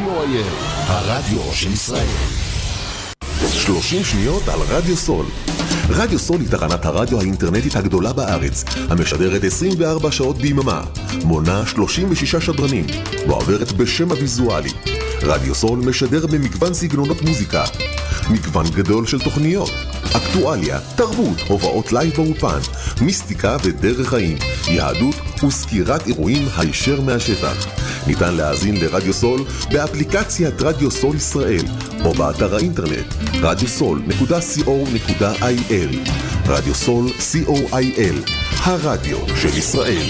co.il, הרדיו של ישראל. 30 שניות על רדיו סול. רדיו סול היא תחנת הרדיו האינטרנטית הגדולה בארץ, המשדרת 24 שעות ביממה, מונה 36 שדרנים, ועוברת בשם הוויזואלי. רדיו סול משדר במגוון סגנונות מוזיקה, מגוון גדול של תוכניות, אקטואליה, תרבות, הובאות לייב באופן, מיסטיקה ודרך חיים, יהדות וסקירת אירועים הישר מהשטח. ניתן להאזין לרדיו סול באפליקציית רדיו סול ישראל או באתר האינטרנט radiosol.co.il. רדיו סול co.il, הרדיו של ישראל.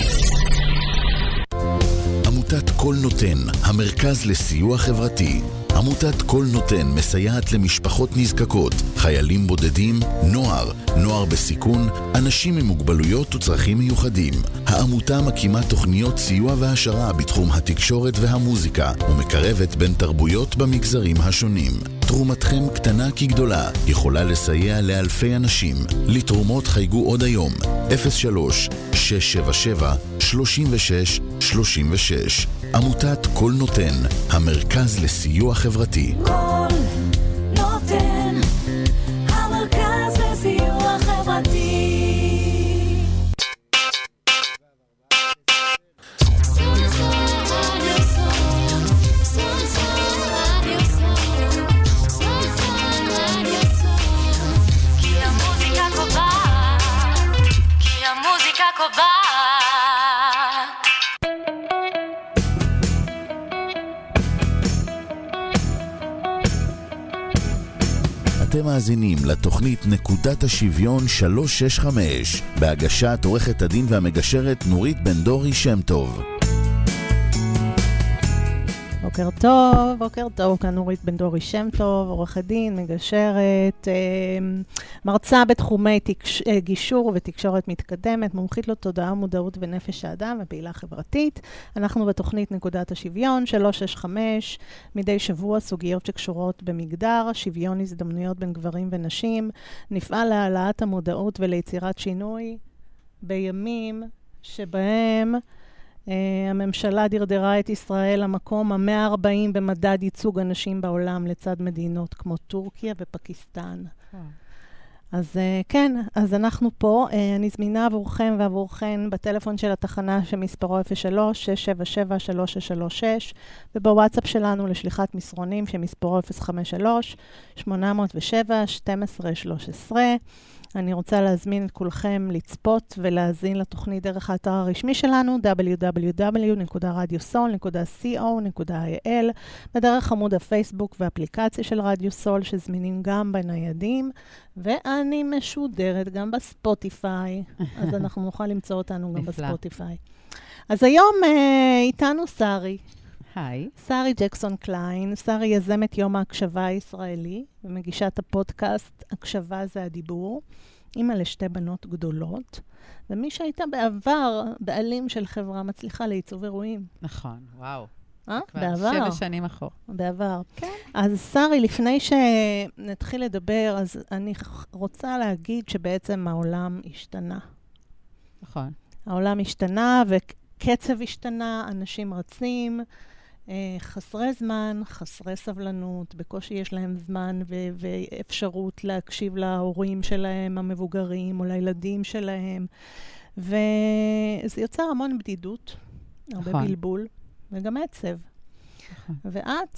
עמותת כל נותן, המרכז לסיוע חברתי. עמותת כל נותן מסייעת למשפחות נזקקות, חיילים בודדים, נוער בסיכון, אנשים עם מוגבלויות וצרכים מיוחדים. העמותה מקימה תוכניות סיוע והשרה בתחום התקשורת והמוזיקה, ומקרבת בין תרבויות במגזרים השונים. תרומתכם קטנה כגדולה, יכולה לסייע לאלפי אנשים. לתרומות חייגו עוד היום, 03-677-3636. עמותת כל נותן, המרכז לסיוע חברתי. כל נותן, המרכז לסיוע חברתי. אתם מאזינים לתוכנית נקודת השוויון 365, בהגשת עורכת הדין והמגשרת נורית בן דורי שם טוב. בוקר טוב, כאן נורית בן דורי שם טוב, עורכת דין, מגשרת, מרצה בתחומי גישור ותקשורת מתקדמת, מומחית לתודעה, מודעות ונפש האדם ופעילה חברתית. אנחנו בתוכנית נקודת השוויון 365, מדי שבוע סוגיות שקשורות במגדר, שוויון הזדמנויות בין גברים ונשים, נפעל להעלאת המודעות וליצירת שינוי בימים שבהם הממשלה דרדרה את ישראל למקום ה-140 במדד ייצוג אנשים בעולם לצד מדינות כמו טורקיה ופקיסטן. אז כן, אז אנחנו פה, אני זמינה עבורכם ועבורכן בטלפון של התחנה שמספרו 03-677-3636 ובוואטסאפ שלנו לשליחת מסרונים שמספרו 053-807-1213. אני רוצה להזמין את כולכם לצפות ולהזין לתוכנית דרך האתר הרשמי שלנו www.radiosol.co.il ודרך עמוד הפייסבוק ואפליקציה של רדיו סול שזמינים גם בניידים, ואני משודרת גם בספוטיפיי, אז אנחנו נוכל למצוא אותנו גם בספוטיפיי. אז היום איתנו שרי. היי. שרי ג'קסון קליין. שרי יזמת יום ההקשבה הישראלי ומגישת הפודקאסט הקשבה זה הדיבור, אמא לשתי בנות גדולות, ומי שהייתה בעבר בעלים של חברה מצליחה לעיצוב אירועים. נכון, וואו. בעבר. 7 שנים אחורה. בעבר. כן. אז שרי, לפני שנתחיל לדבר, אז אני רוצה להגיד שבעצם העולם השתנה. נכון. העולם השתנה וקצב השתנה, אנשים רצים, חסרי זמן, חסרי סבלנות, בקושי יש להם זמן ואפשרות להקשיב להורים שלהם, המבוגרים או לילדים שלהם, וזה יוצר המון בדידות, הרבה בלבול, וגם עצב. ואת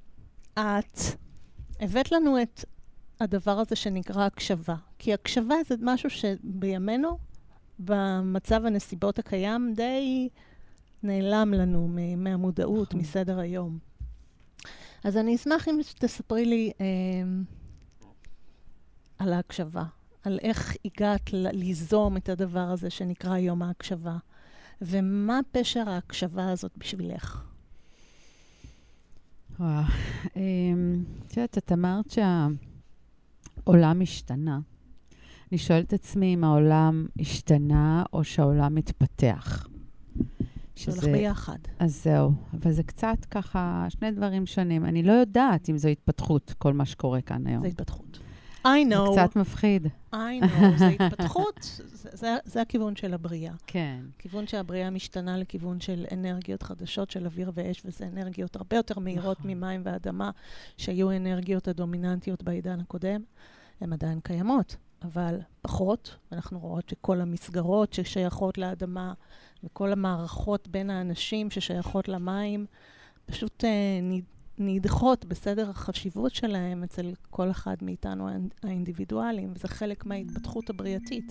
הבאת לנו את הדבר הזה שנקרא הקשבה, כי הקשבה זה משהו שבימינו, במצב הנסיבות הקיים, די נעלם לנו מהמודעות, מסדר היום. אז אני אשמח אם תספרי לי על ההקשבה, על איך הגעת ליזום את הדבר הזה שנקרא יום ההקשבה, ומה פשר ההקשבה הזאת בשבילך? וואו, את אמרת שהעולם השתנה. אני שואלת עצמי אם העולם השתנה או שהעולם מתפתח. שהולך ביחד. אז זהו, אבל זה קצת ככה, שני דברים שונים. אני לא יודעת אם זו התפתחות, כל מה שקורה כאן היום. זה התפתחות. I know. זה קצת מפחיד. I know, זה התפתחות, זה הכיוון של הבריאה. כן. כיוון שהבריאה משתנה לכיוון של אנרגיות חדשות של אוויר ואש, וזה אנרגיות הרבה יותר מהירות ממים ואדמה, שהיו אנרגיות הדומיננטיות בעידן הקודם. הן עדיין קיימות, אבל פחות. אנחנו רואות שכל המסגרות ששייכות לאדמה, וכל המערכות בין האנשים ששייכות למים, פשוט נדחות בסדר החשיבות שלהם אצל כל אחד מאיתנו האינדיבידואלים, וזה חלק מההתפתחות הבריאתית.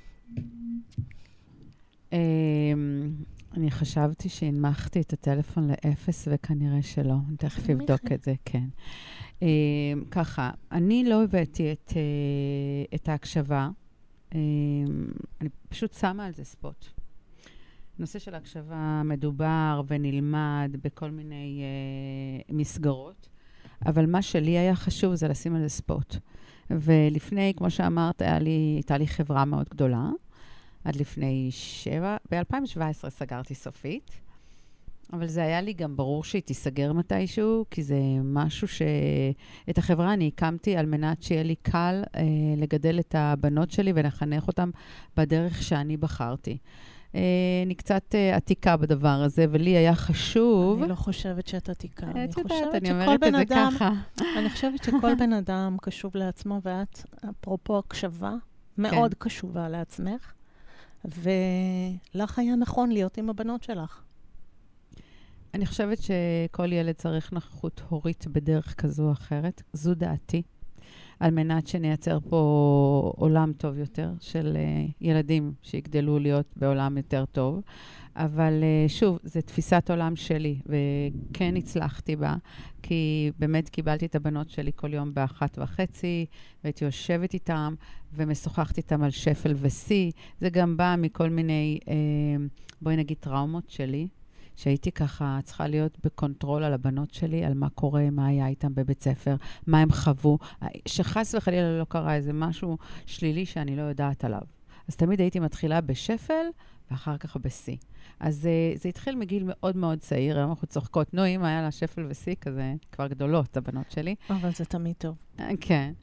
אני חשבתי שהנמכתי את הטלפון לאפס, וכנראה שלא. אני תכף אבדוק את זה, כן. ככה, אני לא הבאתי את ההקשבה. אני פשוט שמה על זה ספוט. נושא של הקשבה מדובר ונלמד בכל מיני מסגרות, אבל מה שלי היה חשוב זה לשים על זה ספוט. ולפני, כמו שאמרת, הייתה לי חברה מאוד גדולה, עד לפני 7, ב-2017 סגרתי סופית, אבל זה היה לי גם ברור שהיא תיסגר מתישהו, כי זה משהו את החברה אני הקמתי על מנת שיהיה לי קל לגדל את הבנות שלי ולחנך אותם בדרך שאני בחרתי. אני קצת עתיקה בדבר הזה, ולי היה חשוב... אני לא חושבת שאת עתיקה. אני אומרת את זה ככה. אני חושבת שכל בן אדם קשוב לעצמו, ואת, אפרופו הקשבה, מאוד קשובה לעצמך, ולך היה נכון להיות עם הבנות שלך. אני חושבת שכל ילד צריך נוכחות הורית בדרך כזו או אחרת. זו דעתי. על מנת שנייצר פה עולם טוב יותר של ילדים שיגדלו להיות בעולם יותר טוב. אבל שוב, זו תפיסת עולם שלי, וכן הצלחתי בה, כי באמת קיבלתי את הבנות שלי כל יום ב13:30, והייתי יושבת איתם, ומשוחחת איתם על שפל וסי. זה גם בא מכל מיני, בואי נגיד, טראומות שלי, שהייתי ככה צריכה להיות בקונטרול על הבנות שלי, על מה קורה, מה היה איתם בבית ספר, מה הם חוו, שחס וחלילה לא קרה איזה משהו שלילי שאני לא יודעת עליו. אז תמיד הייתי מתחילה בשפל, ואחר כך בסי. אז זה התחיל מגיל מאוד מאוד צעיר, היום אנחנו צוחקות, נו, אם היה לה שפל וסי כזה, כבר גדולות, הבנות שלי. אבל זה תמיד טוב. כן.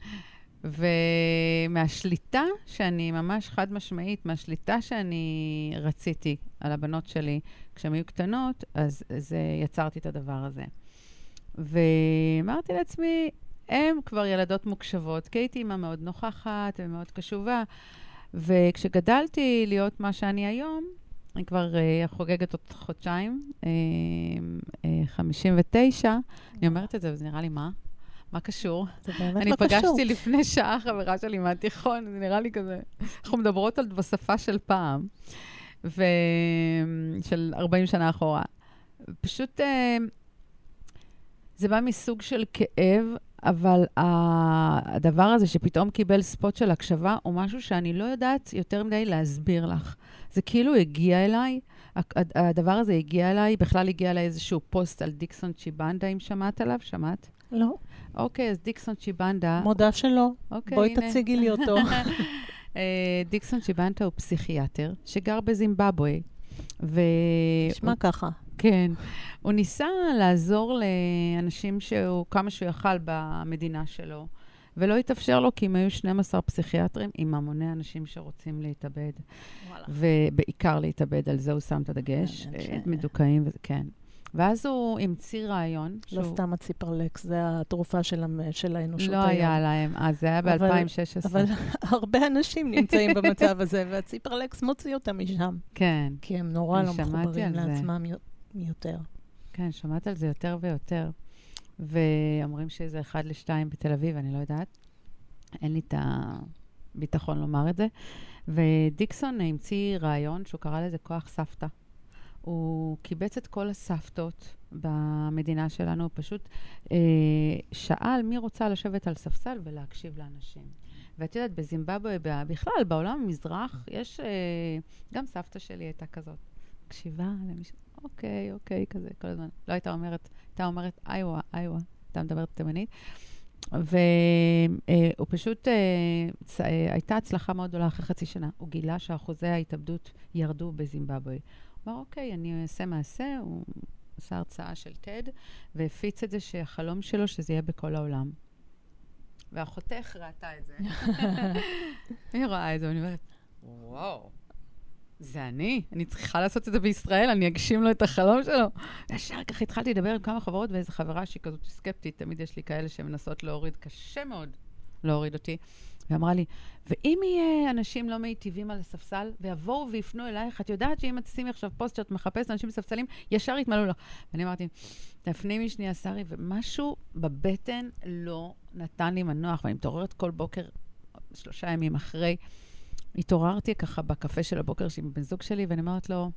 ומהשליטה שאני ממש חד משמעית, מהשליטה שאני רציתי על הבנות שלי כשהן היו קטנות, אז יצרתי את הדבר הזה. ואמרתי לעצמי, הם כבר ילדות מוקשבות, כי הייתי אימא מאוד נוכחת ומאוד קשובה, וכשגדלתי להיות מה שאני היום, אני כבר חוגגת עוד חודשיים, 59, אני אומרת את זה, וזה נראה לי מה? מה קשור? זה באמת לא קשור. אני פגשתי לפני שעה חברה שלי מהתיכון, זה נראה לי כזה, אנחנו מדברות על בשפה של פעם, של 40 שנה אחורה. פשוט, זה בא מסוג של כאב, אבל הדבר הזה שפתאום קיבל ספוט של הקשבה, הוא משהו שאני לא יודעת יותר מדי להסביר לך. זה כאילו הגיע אליי, הדבר הזה הגיע אליי, בכלל הגיע אליי איזשהו פוסט על דיקסון צ'יבנדה, אם שמעת עליו, שמעת? לא. אוקיי, אז דיקסון צ'יבנדה... מודה שלא. בואי תציגי לי אותו. דיקסון צ'יבנדה הוא פסיכיאטר שגר בזימבבואה. נשמע ככה. כן. הוא ניסה לעזור לאנשים כמה שהוא יכל במדינה שלו, ולא התאפשר לו כי הם היו 12 פסיכיאטרים עם המוני אנשים שרוצים להתאבד. ובעיקר להתאבד, על זה הוא שם את הדגש. מדוכאים, כן. ואז הוא המציא רעיון. לא סתם הציפרלקס, זה התרופה של האנושות היום. לא היה להם, אז זה היה ב-2016. אבל הרבה אנשים נמצאים במצב הזה, והציפרלקס מוציא אותם משם. כן. כי הם נורא לא מחוברים לעצמם יותר. כן, שמעת על זה יותר ויותר. ואומרים שזה 1-2 בתל אביב, אני לא יודעת. אין לי את הביטחון לומר את זה. ודיקסון המציא רעיון שהוא קרא לזה כוח סבתא. הוא קיבץ את כל הסבתות במדינה שלנו, הוא פשוט שאל מי רוצה לשבת על ספסל ולהקשיב לאנשים. ואת יודעת, בזימבבואה, בכלל, בעולם המזרח, יש, גם סבתא שלי הייתה כזאת, קשיבה למישהו, אוקיי, כזה, כל הזמן. לא הייתה אומרת, איווה, הייתה מדברת תימנית. והוא פשוט, הייתה הצלחה מאוד גדולה אחרי חצי שנה. הוא גילה שאחוזי ההתאבדות ירדו בזימבבואה. הוא אמר, אוקיי, אני אעשה מעשה, הוא עשה הרצאה של TED, והפיץ את זה שהחלום שלו שזה יהיה בכל העולם. ואחותך ראתה את זה. היא רואה את זה, ואני אומרת, וואו, זה אני צריכה לעשות את זה בישראל, אני אגשים לו את החלום שלו. וישר כך התחלתי לדבר עם כמה חברות, ואיזו חברה שהיא כזאת סקפטית, תמיד יש לי כאלה שמנסות להוריד, קשה מאוד להוריד אותי. ואמרה לי, ואם יהיה אנשים לא מיטיבים על הספסל, ויבואו ויפנו אלייך, את יודעת שאם את תשימי עכשיו פוסט שאת מחפשת אנשים בספסלים, ישר יתמלאו לך. ואני אמרתי, תפנימי שנייה, שרי, ומשהו בבטן לא נתן לי מנוח, ואני מתעוררת כל בוקר, 3 ימים אחרי, התעוררתי ככה בקפה של הבוקר עם בן זוג שלי, ואני אמרת לו,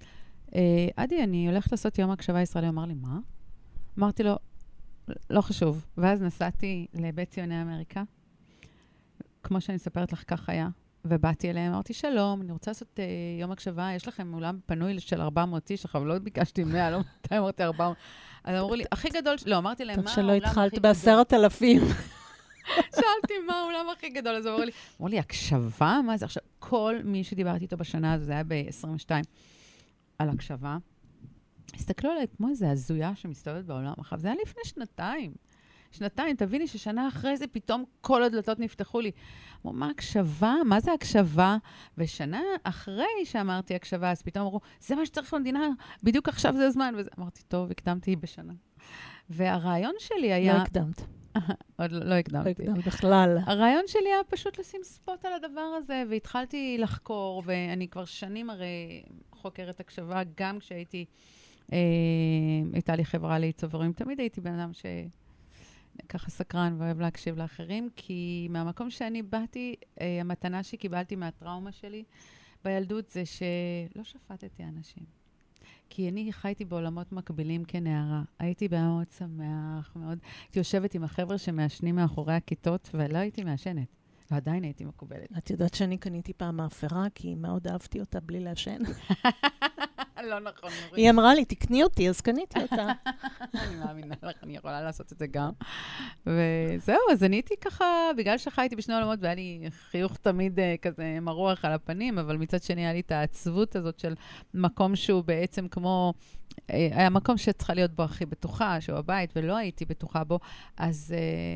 עדי, אני הולכת לעשות יום הקשבה ישראלי. הוא אמר לי, מה? אמרתי לו, לא חשוב. ואז נסעתי לבית ציוני אמריקה, כמו שאני מספרת לך, כך היה, ובאתי אליהם, אמרתי, שלום, אני רוצה לעשות יום הקשבה, יש לכם אולם פנוי של 400 איש, אבל לא ביקשתי 100, לא 200, אמרתי 400. אז אמרו לי, הכי גדול, לא, אמרתי להם, מה טוב שלא התחלת ב10,000. שאלתי, מה האולם הכי גדול? אז אמרו לי, הקשבה? מה זה? עכשיו, כל מי שדיברתי איתו בשנה הזו, זה היה ב-22, על הקשבה, הסתכלו עליי כמו איזו הזויה שמסתובבת בעולם. עכשיו, זה היה לפני שנתיים, תביני ששנה אחרי זה פתאום כל הדלתות נפתחו לי. אמרו, מה הקשבה? מה זה הקשבה? ושנה אחרי שאמרתי הקשבה, אז פתאום אמרו, זה מה שצריך במדינה, בדיוק עכשיו זה הזמן. אמרתי, טוב, הקדמתי בשנה. והרעיון שלי היה... לא הקדמת. עוד לא הקדמתי. לא הקדמת בכלל. הרעיון שלי היה פשוט לשים ספוט על הדבר הזה, והתחלתי לחקור, ואני כבר שנים הרי חוקרת הקשבה, גם כשהייתי, הייתה לי חברה לעיצוב אירועים, תמיד הייתי בן אדם ככה סקרן ואוהב להקשיב לאחרים, כי מהמקום שאני באתי, המתנה שקיבלתי מהטראומה שלי בילדות זה שלא שפטתי אנשים. כי אני חייתי בעולמות מקבילים כנערה. הייתי מאוד שמח, מאוד. הייתי יושבת עם החבר'ה שמעשנים מאחורי הכיתות, ולא הייתי מעשנת. ועדיין הייתי מקובלת. את יודעת שאני קניתי פעם מאפרה, כי מאוד אהבתי אותה בלי לעשן. לא נכון. היא אמרה לי, תקני אותי, אז קניתי אותה. אני מאמינה לך, אני יכולה לעשות את זה גם. וזהו, אז אני הייתי ככה, בגלל שחייתי בשני עולמות, והיה לי חיוך תמיד כזה מרוח על הפנים, אבל מצד שני היה לי את העצבות הזאת של מקום שהוא בעצם כמו, היה מקום שצריכה להיות בו הכי בטוחה, שהוא הבית, ולא הייתי בטוחה בו, אז...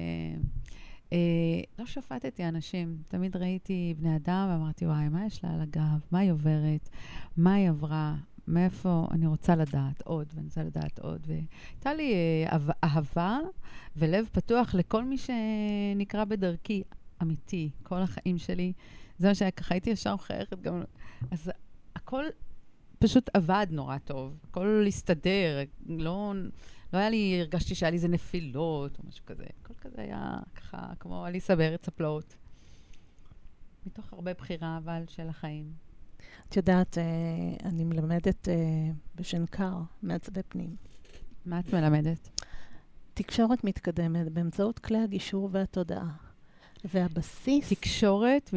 לא שפטתי אנשים, תמיד ראיתי בני אדם ואמרתי, וואי, מה יש לה על הגב? מה היא עוברת? מה היא עברה? מאיפה אני רוצה לדעת עוד, ואני רוצה לדעת עוד. והייתה לי אהבה ולב פתוח לכל מי שנקרא בדרכי אמיתי, כל החיים שלי. זה מה שככה הייתי ישר מחייכת גם. אז הכל פשוט עבד נורא טוב, הכל להסתדר, לא היה לי, הרגשתי שהיה לי איזה נפילות או משהו כזה. הכל כזה היה ככה כמו אליסה בארץ הפלאות. מתוך הרבה בחירה, אבל של החיים. את יודעת, אני מלמדת בשנקר, מעצבי פנים. מה את מלמדת? תקשורת מתקדמת באמצעות כלי הגישור והתודעה. והבסיס... תקשורת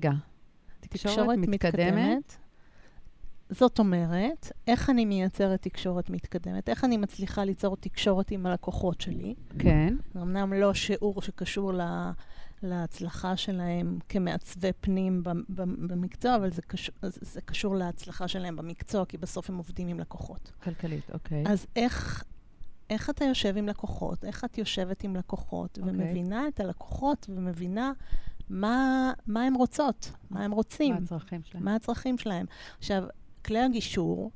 מתקדמת. זאת אומרת, איך אני מייצרת תקשורת מתקדמת? איך אני מצליחה ליצור תקשורת עם הלקוחות שלי? כן. אמנם לא שיעור שקשור להצלחה שלהם כמעצבי פנים במקצוע, אבל זה קשור להצלחה שלהם במקצוע, כי בסוף הם עובדים עם לקוחות. כלכלית, אוקיי. אז איך אתה יושב עם לקוחות? איך את יושבת עם לקוחות ומבינה את הלקוחות ומבינה מה הם רוצות, מה הם רוצים. מה הצרכים שלהם. עכשיו, כלי הגישור,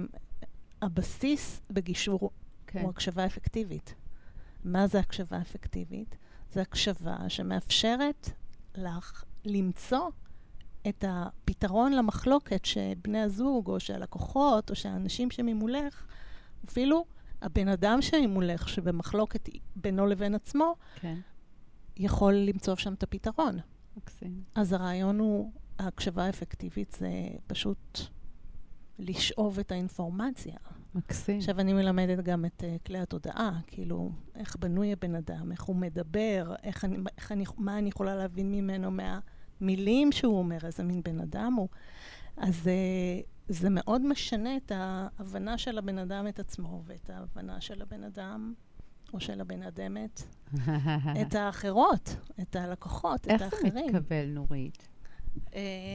הבסיס בגישור הוא הקשבה אפקטיבית. מה זה הקשבה אפקטיבית? זה הקשבה שמאפשרת לך למצוא את הפתרון למחלוקת שבני הזוג, או שהלקוחות, או שהאנשים שממולך, אפילו הבן אדם שממולך, שבמחלוקת בינו לבין עצמו, יכול למצוא שם את הפתרון. מקסים. אז הרעיון הוא, ההקשבה האפקטיבית זה פשוט לשאוב את האינפורמציה. מקסים. עכשיו אני מלמדת גם את כלי התודעה, כאילו, איך בנוי הבן אדם, איך הוא מדבר, מה אני יכולה להבין ממנו מהמילים שהוא אומר, איזה מין בן אדם הוא. אז זה מאוד משנה את ההבנה של הבן אדם את עצמו, ואת ההבנה של הבן אדם, או של הבן אדמת, את האחרות, את הלקוחות, את האחרים. איך זה מתקבל, נורית?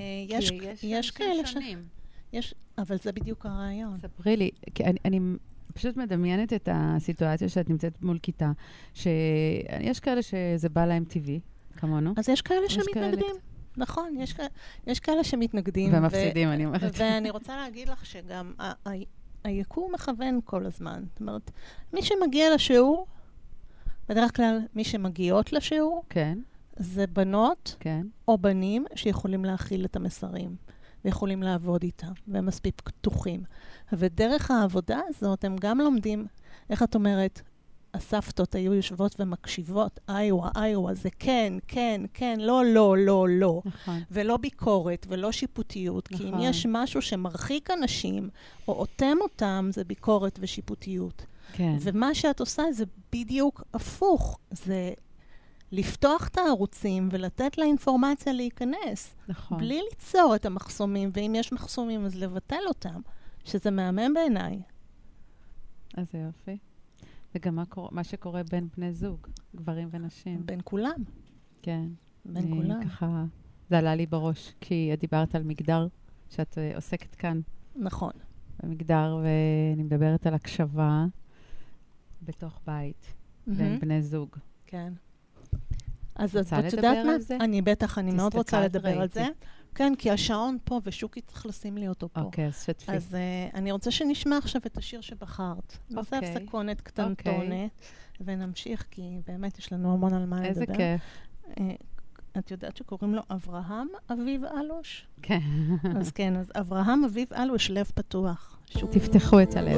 יש כאלה אבל זה בדיוק הרעיון. ספרי לי, כי אני פשוט מדמיינת את הסיטואציה שאת נמצאת מול כיתה, שיש כאלה שזה בא להם טבעי, כמונו. אז יש כאלה שמתנגדים. נכון, יש כאלה שמתנגדים. ומפסידים, אני אומרת. ואני רוצה להגיד לך שגם היקום מכוון כל הזמן. זאת אומרת, מי שמגיע לשיעור, בדרך כלל מי שמגיעות לשיעור, כן. זה בנות כן. או בנים שיכולים להכיל את המסרים, ויכולים לעבוד איתם, והם מספיק פתוחים. ודרך העבודה הזאת הם גם לומדים, איך את אומרת, הסבתות היו יושבות ומקשיבות, איואה, זה כן, כן, כן, לא, לא, לא, לא. נכון. ולא ביקורת, ולא שיפוטיות. נכון. כי אם יש משהו שמרחיק אנשים, או אוטם אותם, זה ביקורת ושיפוטיות. כן. ומה שאת עושה זה בדיוק הפוך. זה לפתוח את הערוצים ולתת לאינפורמציה להיכנס. נכון. בלי ליצור את המחסומים, ואם יש מחסומים אז לבטל אותם, שזה מהמם בעיניי. אז זה יופי. וגם מה שקורה בין בני זוג, גברים ונשים. בין כולם. כן. בין כולם. ככה, זה עלה לי בראש, כי את דיברת על מגדר, שאת עוסקת כאן. נכון. במגדר, ואני מדברת על הקשבה בתוך בית, בין בני זוג. כן. אז רוצה לדבר על זה? אני מאוד רוצה לדבר על זה. כן, כי השעון פה, ושוקי צריך לשים לי אותו פה. אוקיי, אז שתפי. אז אני רוצה שנשמע עכשיו את השיר שבחרת. נעשה הפסקונת קטנטונת, ונמשיך, כי באמת יש לנו המון על מה לדבר. איזה כיף. את יודעת שקוראים לו אברהם אביב אלוש? כן. אז כן, אז אברהם אביב אלוש, לב פתוח. תפתחו את הלב.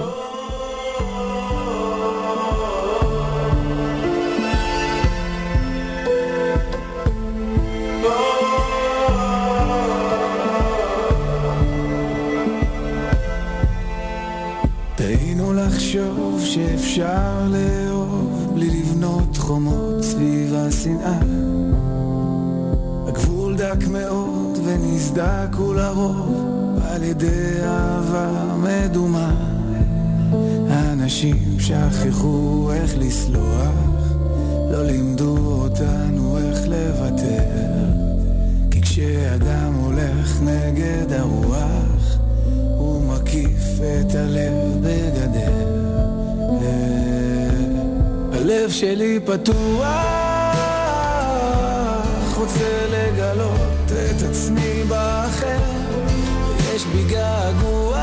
טעינו לחשוב שאפשר לאהוב בלי לבנות חומות סביב השנאה. הגבול דק מאוד ונסדק ולרוב על ידי אהבה מדומה. האנשים שכחו איך לסלוח, לא לימדו אותנו איך לוותר. כי כשאדם הולך נגד הרוח, הוא מקיף את הלב בגדר. הלב שלי פתוח, רוצה לגלות את עצמי באחר. יש בי געגוע,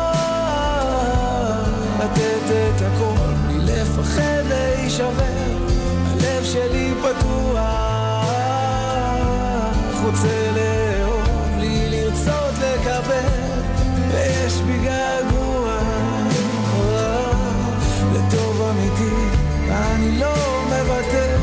לתת את הכל בלי לפחד להישבר. הלב שלי פתוח, רוצה לאהוב בלי לרצות לקבל. ויש בי געגוע, לטוב אמיתי אני לא מוותר.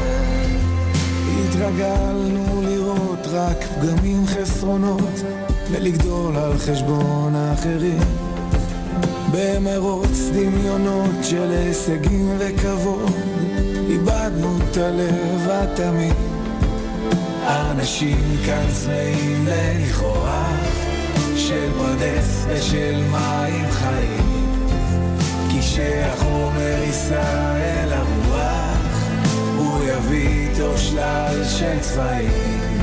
התרגלנו לראות רק פגמים חסרונות, ולגדול על חשבון האחרים. במרוץ דמיונות של הישגים וכבוד, איבדנו את הלב התמיד. אנשים כאן צמאים לכאורה של פרדס ושל מים חיים, כי שהחומר יישא אל הרוח, הוא יביא איתו שלל של צבעים.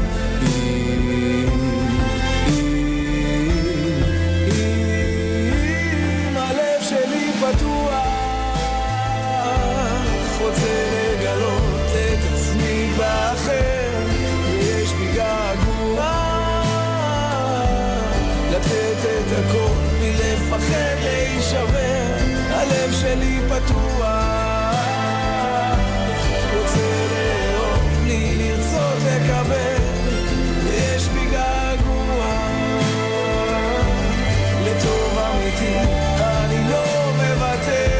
אם הלב שלי פתוח, רוצה לגלות את עצמי באחר. ויש בי געגוע, לתת את הכל מלפחד להישבר. הלב שלי פתוח, רוצה לאהוב בלי לרצות לקבל. ויש בי געגוע, לטוב אמיתי אני לא מוותר.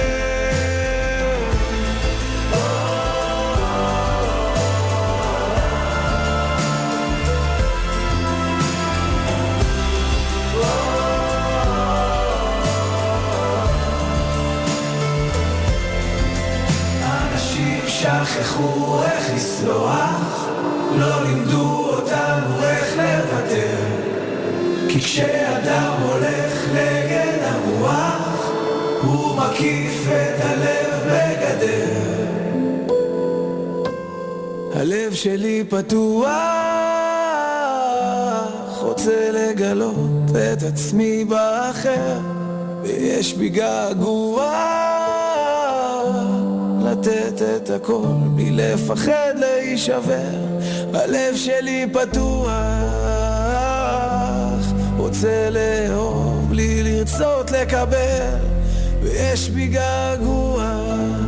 שכחו איך לסלוח, לא לימדו אותנו איך לוותר. כי כשאדם הולך נגד הרוח, הוא מקיף את הלב בגדר. הלב שלי פתוח, רוצה לגלות את עצמי באחר. ויש בי געגוע, לתת את הכל בלי לפחד להישבר. הלב שלי פתוח, רוצה לאהוב בלי לרצות לקבל, ויש בי געגוע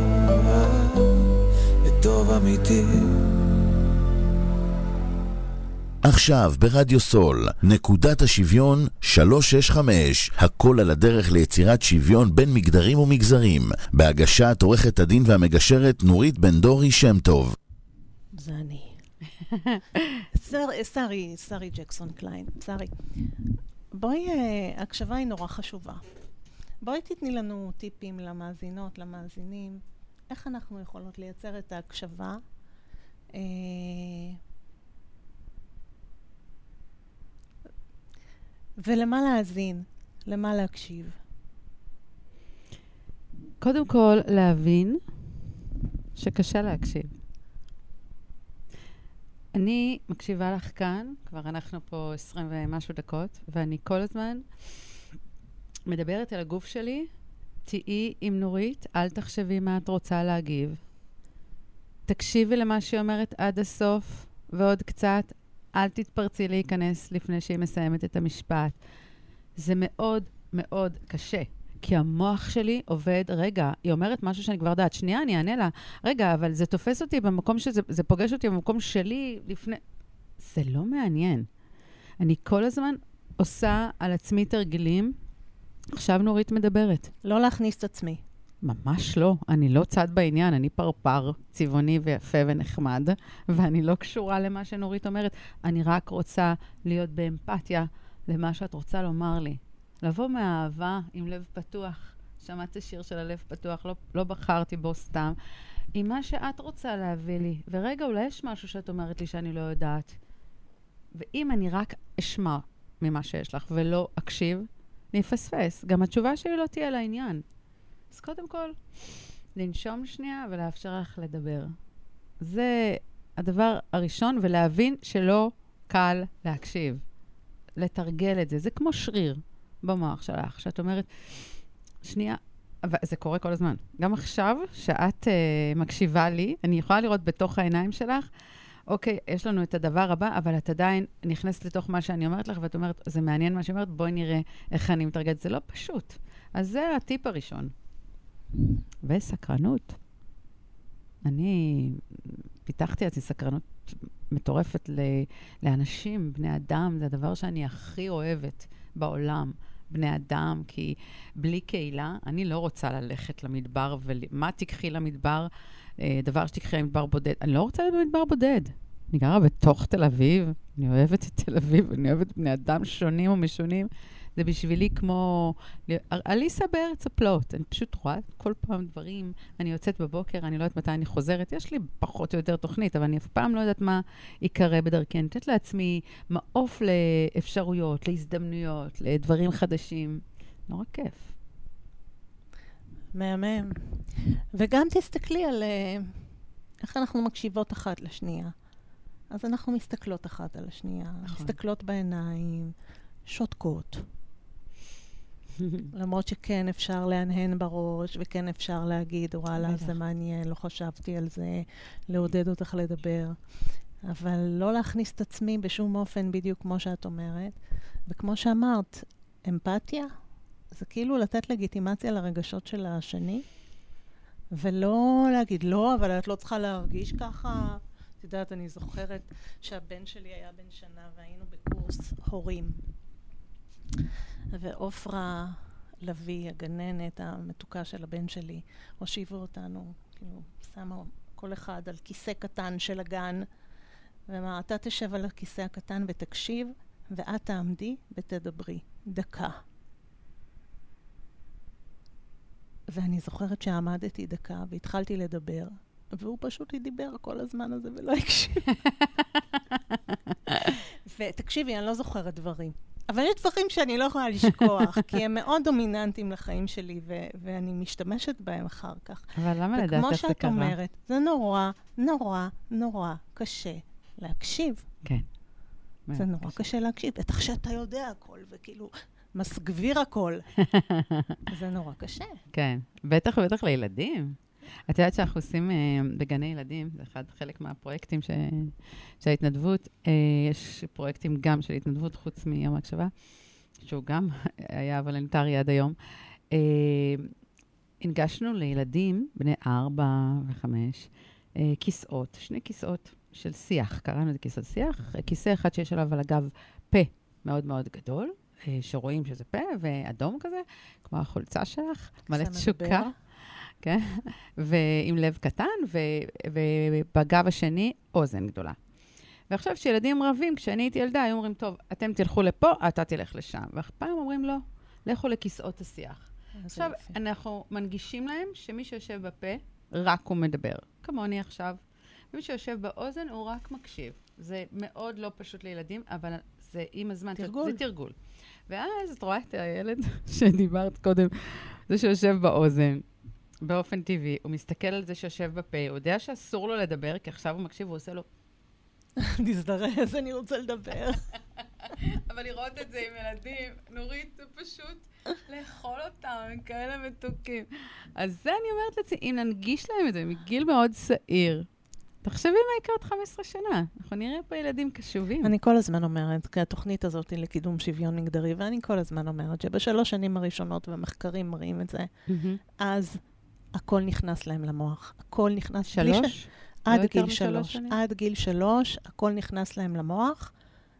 לטוב אמיתי. עכשיו ברדיו סול, נקודת השוויון 365, הכל על הדרך ליצירת שוויון בין מגדרים ומגזרים, בהגשת עורכת הדין והמגשרת נורית בן דורי שם טוב. זה אני. שרי ג'קסון קליין, שרי. בואי, הקשבה היא נורא חשובה. בואי תתני לנו טיפים למאזינות, למאזינים, איך אנחנו יכולות לייצר את ההקשבה, ולמה להאזין, למה להקשיב. קודם כל, להבין שקשה להקשיב. אני מקשיבה לך כאן, כבר אנחנו פה 20 ומשהו דקות, ואני כל הזמן מדברת על הגוף שלי, תהיי עם נורית, אל תחשבי מה את רוצה להגיב. תקשיבי למה שהיא אומרת עד הסוף, ועוד קצת, אל תתפרצי להיכנס לפני שהיא מסיימת את המשפט. זה מאוד מאוד קשה, כי המוח שלי עובד, רגע, היא אומרת משהו שאני כבר יודעת, שנייה, אני אענה לה, רגע, אבל זה תופס אותי במקום זה פוגש אותי במקום שלי לפני... זה לא מעניין. אני כל הזמן עושה על עצמי תרגילים, עכשיו נורית מדברת. לא להכניס את עצמי. ממש לא. אני לא צד בעניין, אני פרפר, צבעוני ויפה ונחמד, ואני לא קשורה למה שנורית אומרת. אני רק רוצה להיות באמפתיה למה שאת רוצה לומר לי. לבוא מהאהבה עם לב פתוח. שמעתי שיר של הלב פתוח, לא בחרתי בו סתם. עם מה שאת רוצה להביא לי. ורגע, אולי יש משהו שאת אומרת לי שאני לא יודעת. ואם אני רק אשמע ממה שיש לך ולא אקשיב, נפספס. גם התשובה שלי לא תהיה לעניין. אז קודם כל, לנשום שנייה ולאפשר לך לדבר. זה הדבר הראשון, ולהבין שלא קל להקשיב. לתרגל את זה. זה כמו שריר במוח שלך, שאת אומרת, שנייה, זה קורה כל הזמן. גם עכשיו, שאת מקשיבה לי, אני יכולה לראות בתוך העיניים שלך, אוקיי, יש לנו את הדבר הבא, אבל את עדיין נכנסת לתוך מה שאני אומרת לך, ואת אומרת, זה מעניין מה שאומרת, בואי נראה איך אני מתרגלת. זה לא פשוט. אז זה הטיפ הראשון. וסקרנות. אני פיתחתי את סקרנות מטורפת לאנשים, בני אדם, זה הדבר שאני הכי אוהבת בעולם. בני אדם, כי בלי קהילה, אני לא רוצה ללכת למדבר, ומה תקחי למדבר? דבר שתקחי למדבר בודד. אני לא רוצה להיות במדבר בודד. אני גרה בתוך תל אביב, אני אוהבת את תל אביב, אני אוהבת בני אדם שונים ומשונים. זה בשבילי כמו אליסה בארץ הפלאות. אני פשוט רואה כל פעם דברים, אני יוצאת בבוקר, אני לא יודעת מתי אני חוזרת, יש לי פחות או יותר תוכנית, אבל אני אף פעם לא יודעת מה יקרה בדרכי. אני נותנת לעצמי מעוף לאפשרויות, להזדמנויות, לדברים חדשים. נורא כיף. מהמם. וגם תסתכלי על איך אנחנו מקשיבות אחת לשנייה. אז אנחנו מסתכלות אחת על השנייה, מסתכלות בעיניים, שותקות. למרות שכן אפשר להנהן בראש, וכן אפשר להגיד, וואלה, זה מעניין, לא חשבתי על זה, לעודד אותך לדבר. אבל לא להכניס את עצמי בשום אופן בדיוק כמו שאת אומרת. וכמו שאמרת, אמפתיה, זה כאילו לתת לגיטימציה לרגשות של השני, ולא להגיד, לא, אבל את לא צריכה להרגיש ככה. את יודעת, אני זוכרת שהבן שלי היה בן שנה, והיינו בקורס הורים. ואופרה לוי, הגננת המתוקה של הבן שלי, הושיבו אותנו, כאילו, שמה כל אחד על כיסא קטן של הגן, ואמרה, אתה תשב על הכיסא הקטן ותקשיב, ואת תעמדי ותדברי. דקה. ואני זוכרת שעמדתי דקה, והתחלתי לדבר, והוא פשוט דיבר כל הזמן הזה ולא הקשיב. ותקשיבי, אני לא זוכרת דברים. אבל יש דברים שאני לא יכולה לשכוח, כי הם מאוד דומיננטיים לחיים שלי, ואני משתמשת בהם אחר כך. אבל למה לדעת איך זה קרה? וכמו שאת אומרת, זה נורא, נורא, נורא קשה להקשיב. כן. זה נורא קשה להקשיב. בטח שאתה יודע הכל, וכאילו מסגביר הכל. זה נורא קשה. כן. בטח ובטח לילדים. את יודעת שאנחנו עושים בגני ילדים, זה חלק מהפרויקטים של ההתנדבות, יש פרויקטים גם של התנדבות חוץ מיום ההקשבה, שהוא גם היה וולונטרי עד היום. הנגשנו לילדים, בני 4 ו-5, כיסאות, 2 כיסאות של שיח, קראנו לזה כיסאות שיח, כיסא אחד שיש עליו על הגב פה מאוד מאוד גדול, שרואים שזה פה, ואדום כזה, כמו החולצה שלך, מלא תשוקה. כן? ועם לב קטן, ובגב השני, אוזן גדולה. ועכשיו שילדים רבים, כשאני הייתי ילדה, היו אומרים, טוב, אתם תלכו לפה, אתה תלך לשם. והפעם אומרים, לא, לכו לכיסאות השיח. עכשיו, אנחנו מנגישים להם שמי שיושב בפה, רק הוא מדבר. כמוני עכשיו. ומי שיושב באוזן, הוא רק מקשיב. זה מאוד לא פשוט לילדים, אבל זה עם הזמן, זה תרגול. ואז את רואה את הילד שדיברת קודם, זה שיושב באוזן, באופן טבעי, הוא מסתכל על זה שיושב בפה, הוא יודע שאסור לו לדבר, כי עכשיו הוא מקשיב, הוא עושה לו... תזדרז, אני רוצה לדבר. אבל לראות את זה עם ילדים, נורית, זה פשוט לאכול אותם, הם כאלה מתוקים. אז זה אני אומרת לעצמי, אם ננגיש להם את זה מגיל מאוד צעיר, תחשבי מה יקרה עוד 15 שנה. אנחנו נראה פה ילדים קשובים. אני כל הזמן אומרת, כי התוכנית הזאת היא לקידום שוויון מגדרי, ואני כל הזמן אומרת ש3 שנים הראשונות, והמחקרים מראים את זה, אז הכל נכנס להם למוח. הכל נכנס... 3? עד גיל 3. עד גיל 3, הכל נכנס להם למוח,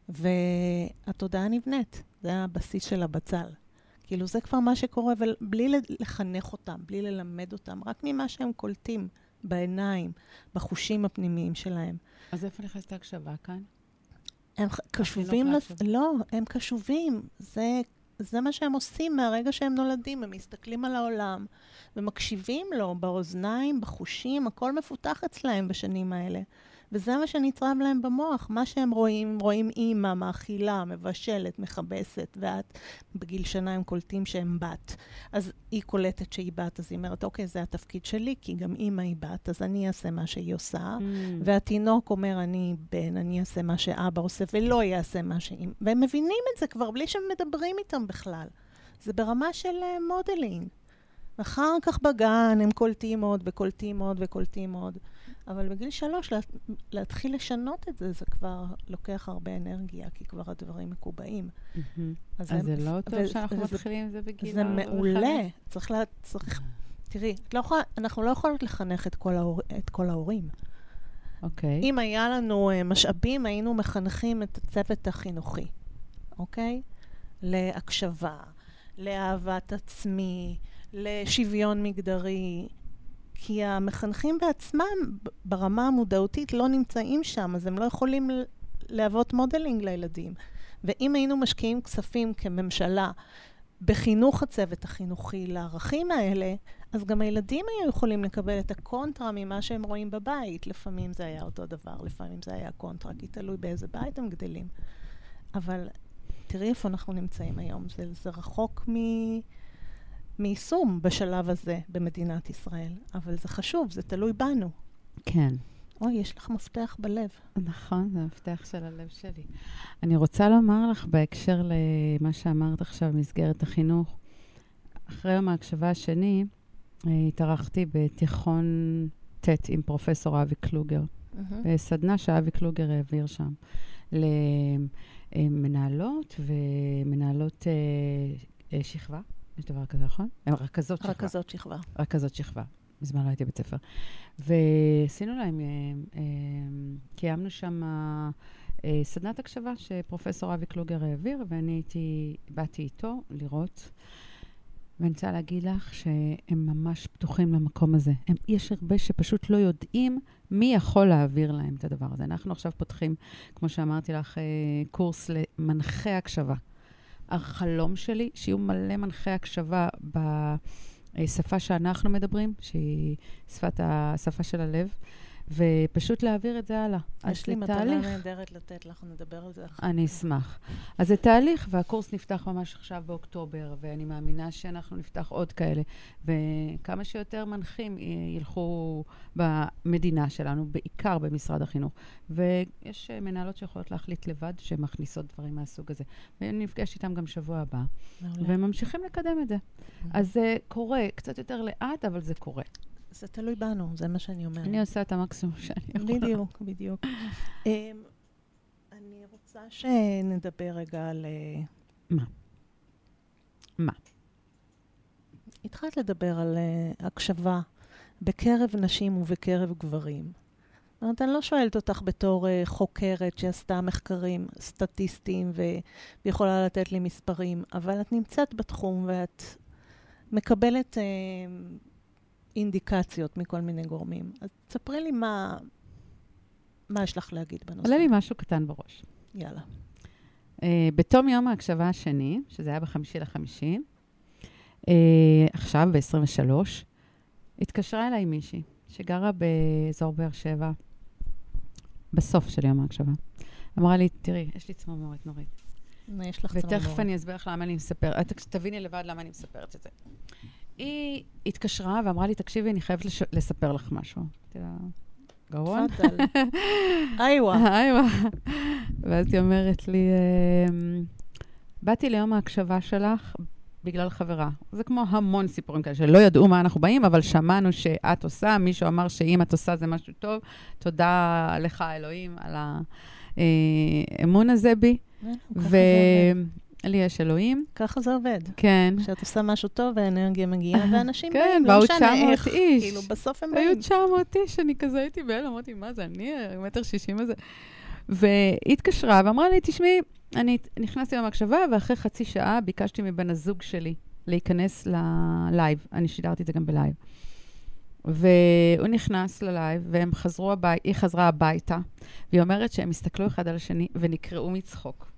והתודעה נבנית. זה הבסיס של הבצל. כאילו זה כבר מה שקורה, ובלי לחנך אותם, בלי ללמד אותם, רק ממה שהם קולטים. בעיניים, בחושים הפנימיים שלהם. אז איפה נכנסת ההקשבה כאן? הם קשובים, לא, הם קשובים. זה מה שהם עושים מהרגע שהם נולדים. הם מסתכלים על העולם ומקשיבים לו באוזניים, בחושים, הכל מפותח אצלהם בשנים האלה. וזה מה שנצרב להם במוח. מה שהם רואים אימא, מאכילה, מבשלת, מכבסת, ואת בגיל שנה הם קולטים שהם בת. אז היא קולטת שהיא בת, אז היא אומרת, אוקיי, זה התפקיד שלי, כי גם אימא היא בת, אז אני אעשה מה שהיא עושה. והתינוק אומר, אני בן, אני אעשה מה שאבא עושה, ולא יעשה מה שאימא. והם מבינים את זה כבר, בלי שהם מדברים איתם בכלל. זה ברמה של מודלינג. אחר כך בגן הם קולטים עוד, וקולטים עוד, וקולטים עוד. אבל בגיל 3, להתחיל לשנות את זה, זה כבר לוקח הרבה אנרגיה, כי כבר הדברים מקובעים. אז זה לא טוב שאנחנו מתחילים עם זה בגיל... זה מעולה. צריך... תראי, אנחנו לא יכולות לחנך את כל ההורים. אוקיי. אם היה לנו משאבים, היינו מחנכים את הצוות החינוכי. אוקיי? להקשבה, לאהבת עצמי, לשוויון מגדרי, כי המחנכים בעצמם ברמה המודעותית לא נמצאים שם, אז הם לא יכולים להוות מודלינג לילדים. ואם היינו משקיעים כספים כממשלה בחינוך הצוות החינוכי לערכים האלה, אז גם הילדים היו יכולים לקבל את הקונטרה ממה שהם רואים בבית. לפעמים זה היה אותו דבר, לפעמים זה היה קונטרה, כי תלוי באיזה בית הם גדלים. אבל תראי איפה אנחנו נמצאים היום. זה רחוק מיישום בשלב הזה במדינת ישראל. אבל זה חשוב, זה תלוי בנו. כן. אוי, יש לך מפתח בלב. נכון, זה המפתח של הלב שלי. אני רוצה לומר לך בהקשר למה שאמרת עכשיו במסגרת החינוך. אחרי יום ההקשבה השני, התארחתי בתיכון ט' עם פרופסור אבי קלוגר. בסדנה שאבי קלוגר העביר שם. למנהלות ומנהלות שכבה. יש דבר כזה, נכון? הן רכזות שכבה. רכזות שכבה. רכזות שכבה. בזמן לא הייתי בית ספר. ועשינו להם, קיימנו שם סדנת הקשבה שפרופסור אבי קלוגר העביר, ואני באתי איתו לראות. ואני רוצה להגיד לך שהם ממש פתוחים למקום הזה. יש הרבה שפשוט לא יודעים מי יכול להעביר להם את הדבר הזה. אנחנו עכשיו פותחים, כמו שאמרתי לך, קורס למנחי הקשבה. החלום שלי, שיהיו מלא מנחי הקשבה בשפה שאנחנו מדברים, שהיא השפה של הלב, ופשוט להעביר את זה הלאה. יש לי מטרה נהדרת לתת לך, נדבר על זה אחר. אני אשמח. אז זה תהליך, והקורס נפתח ממש עכשיו באוקטובר, ואני מאמינה שאנחנו נפתח עוד כאלה, וכמה שיותר מנחים ילכו במדינה שלנו, בעיקר במשרד החינוך. ויש מנהלות שיכולות להחליט לבד שמכניסות דברים מהסוג הזה. ואני נפגש איתם גם שבוע הבא, וממשיכים לקדם את זה. אז זה קורה, קצת יותר לאט, אבל זה קורה. זה תלוי בנו, זה מה שאני אומרת. אני עושה את המקסימום שאני יכולה. בדיוק, בדיוק. אני רוצה שנדבר רגע על... מה? התחלת לדבר על הקשבה בקרב נשים ובקרב גברים. זאת אומרת, אני לא שואלת אותך בתור חוקרת שעשתה מחקרים סטטיסטיים ויכולה לתת לי מספרים, אבל את נמצאת בתחום ואת מקבלת אינדיקציות מכל מיני גורמים. אז תספרי לי מה יש לך להגיד בנושא. עולה לי משהו קטן בראש. יאללה. בתום יום ההקשבה השני, שזה היה ב5/5, עכשיו ב-23, התקשרה אליי מישהי שגרה באזור באר שבע, בסוף של יום ההקשבה. אמרה לי, תראי, יש לי צמרמורת נורית. יש לך צמרמורת. ותכף אני אסביר לך למה אני מספרת. תביני לבד למה אני מספרת את זה. היא התקשרה ואמרה לי, תקשיבי, אני חייבת לספר לך משהו. גרון? תפדל. איווה. איווה. ואז היא אומרת לי, באתי ליום ההקשבה שלך בגלל חברה. זה כמו המון סיפורים כאלה, שלא ידעו מה אנחנו באים, אבל שמענו שאת עושה, מישהו אמר שאם את עושה זה משהו טוב, תודה לך אלוהים על האמון הזה בי. ולי יש אלוהים. ככה זה עובד. כן. כשאת עושה משהו טוב, האנרגיה מגיעה, ואנשים כן, באים, לא באו משנה 900 איך. איש. כאילו, בסוף הם באים. היו 900 איש, אני כזה הייתי בהל, אמרתי, מה זה, אני 1.60 הזה. והיא התקשרה ואמרה לי, תשמעי, אני נכנסתי במקשבה, ואחרי חצי שעה ביקשתי מבן הזוג שלי להיכנס ללייב. אני שידרתי את זה גם בלייב. והוא נכנס ללייב, והם חזרו הביתה, היא חזרה הביתה, והיא אומרת שהם הסתכלו אחד על השני ונקראו מצחוק.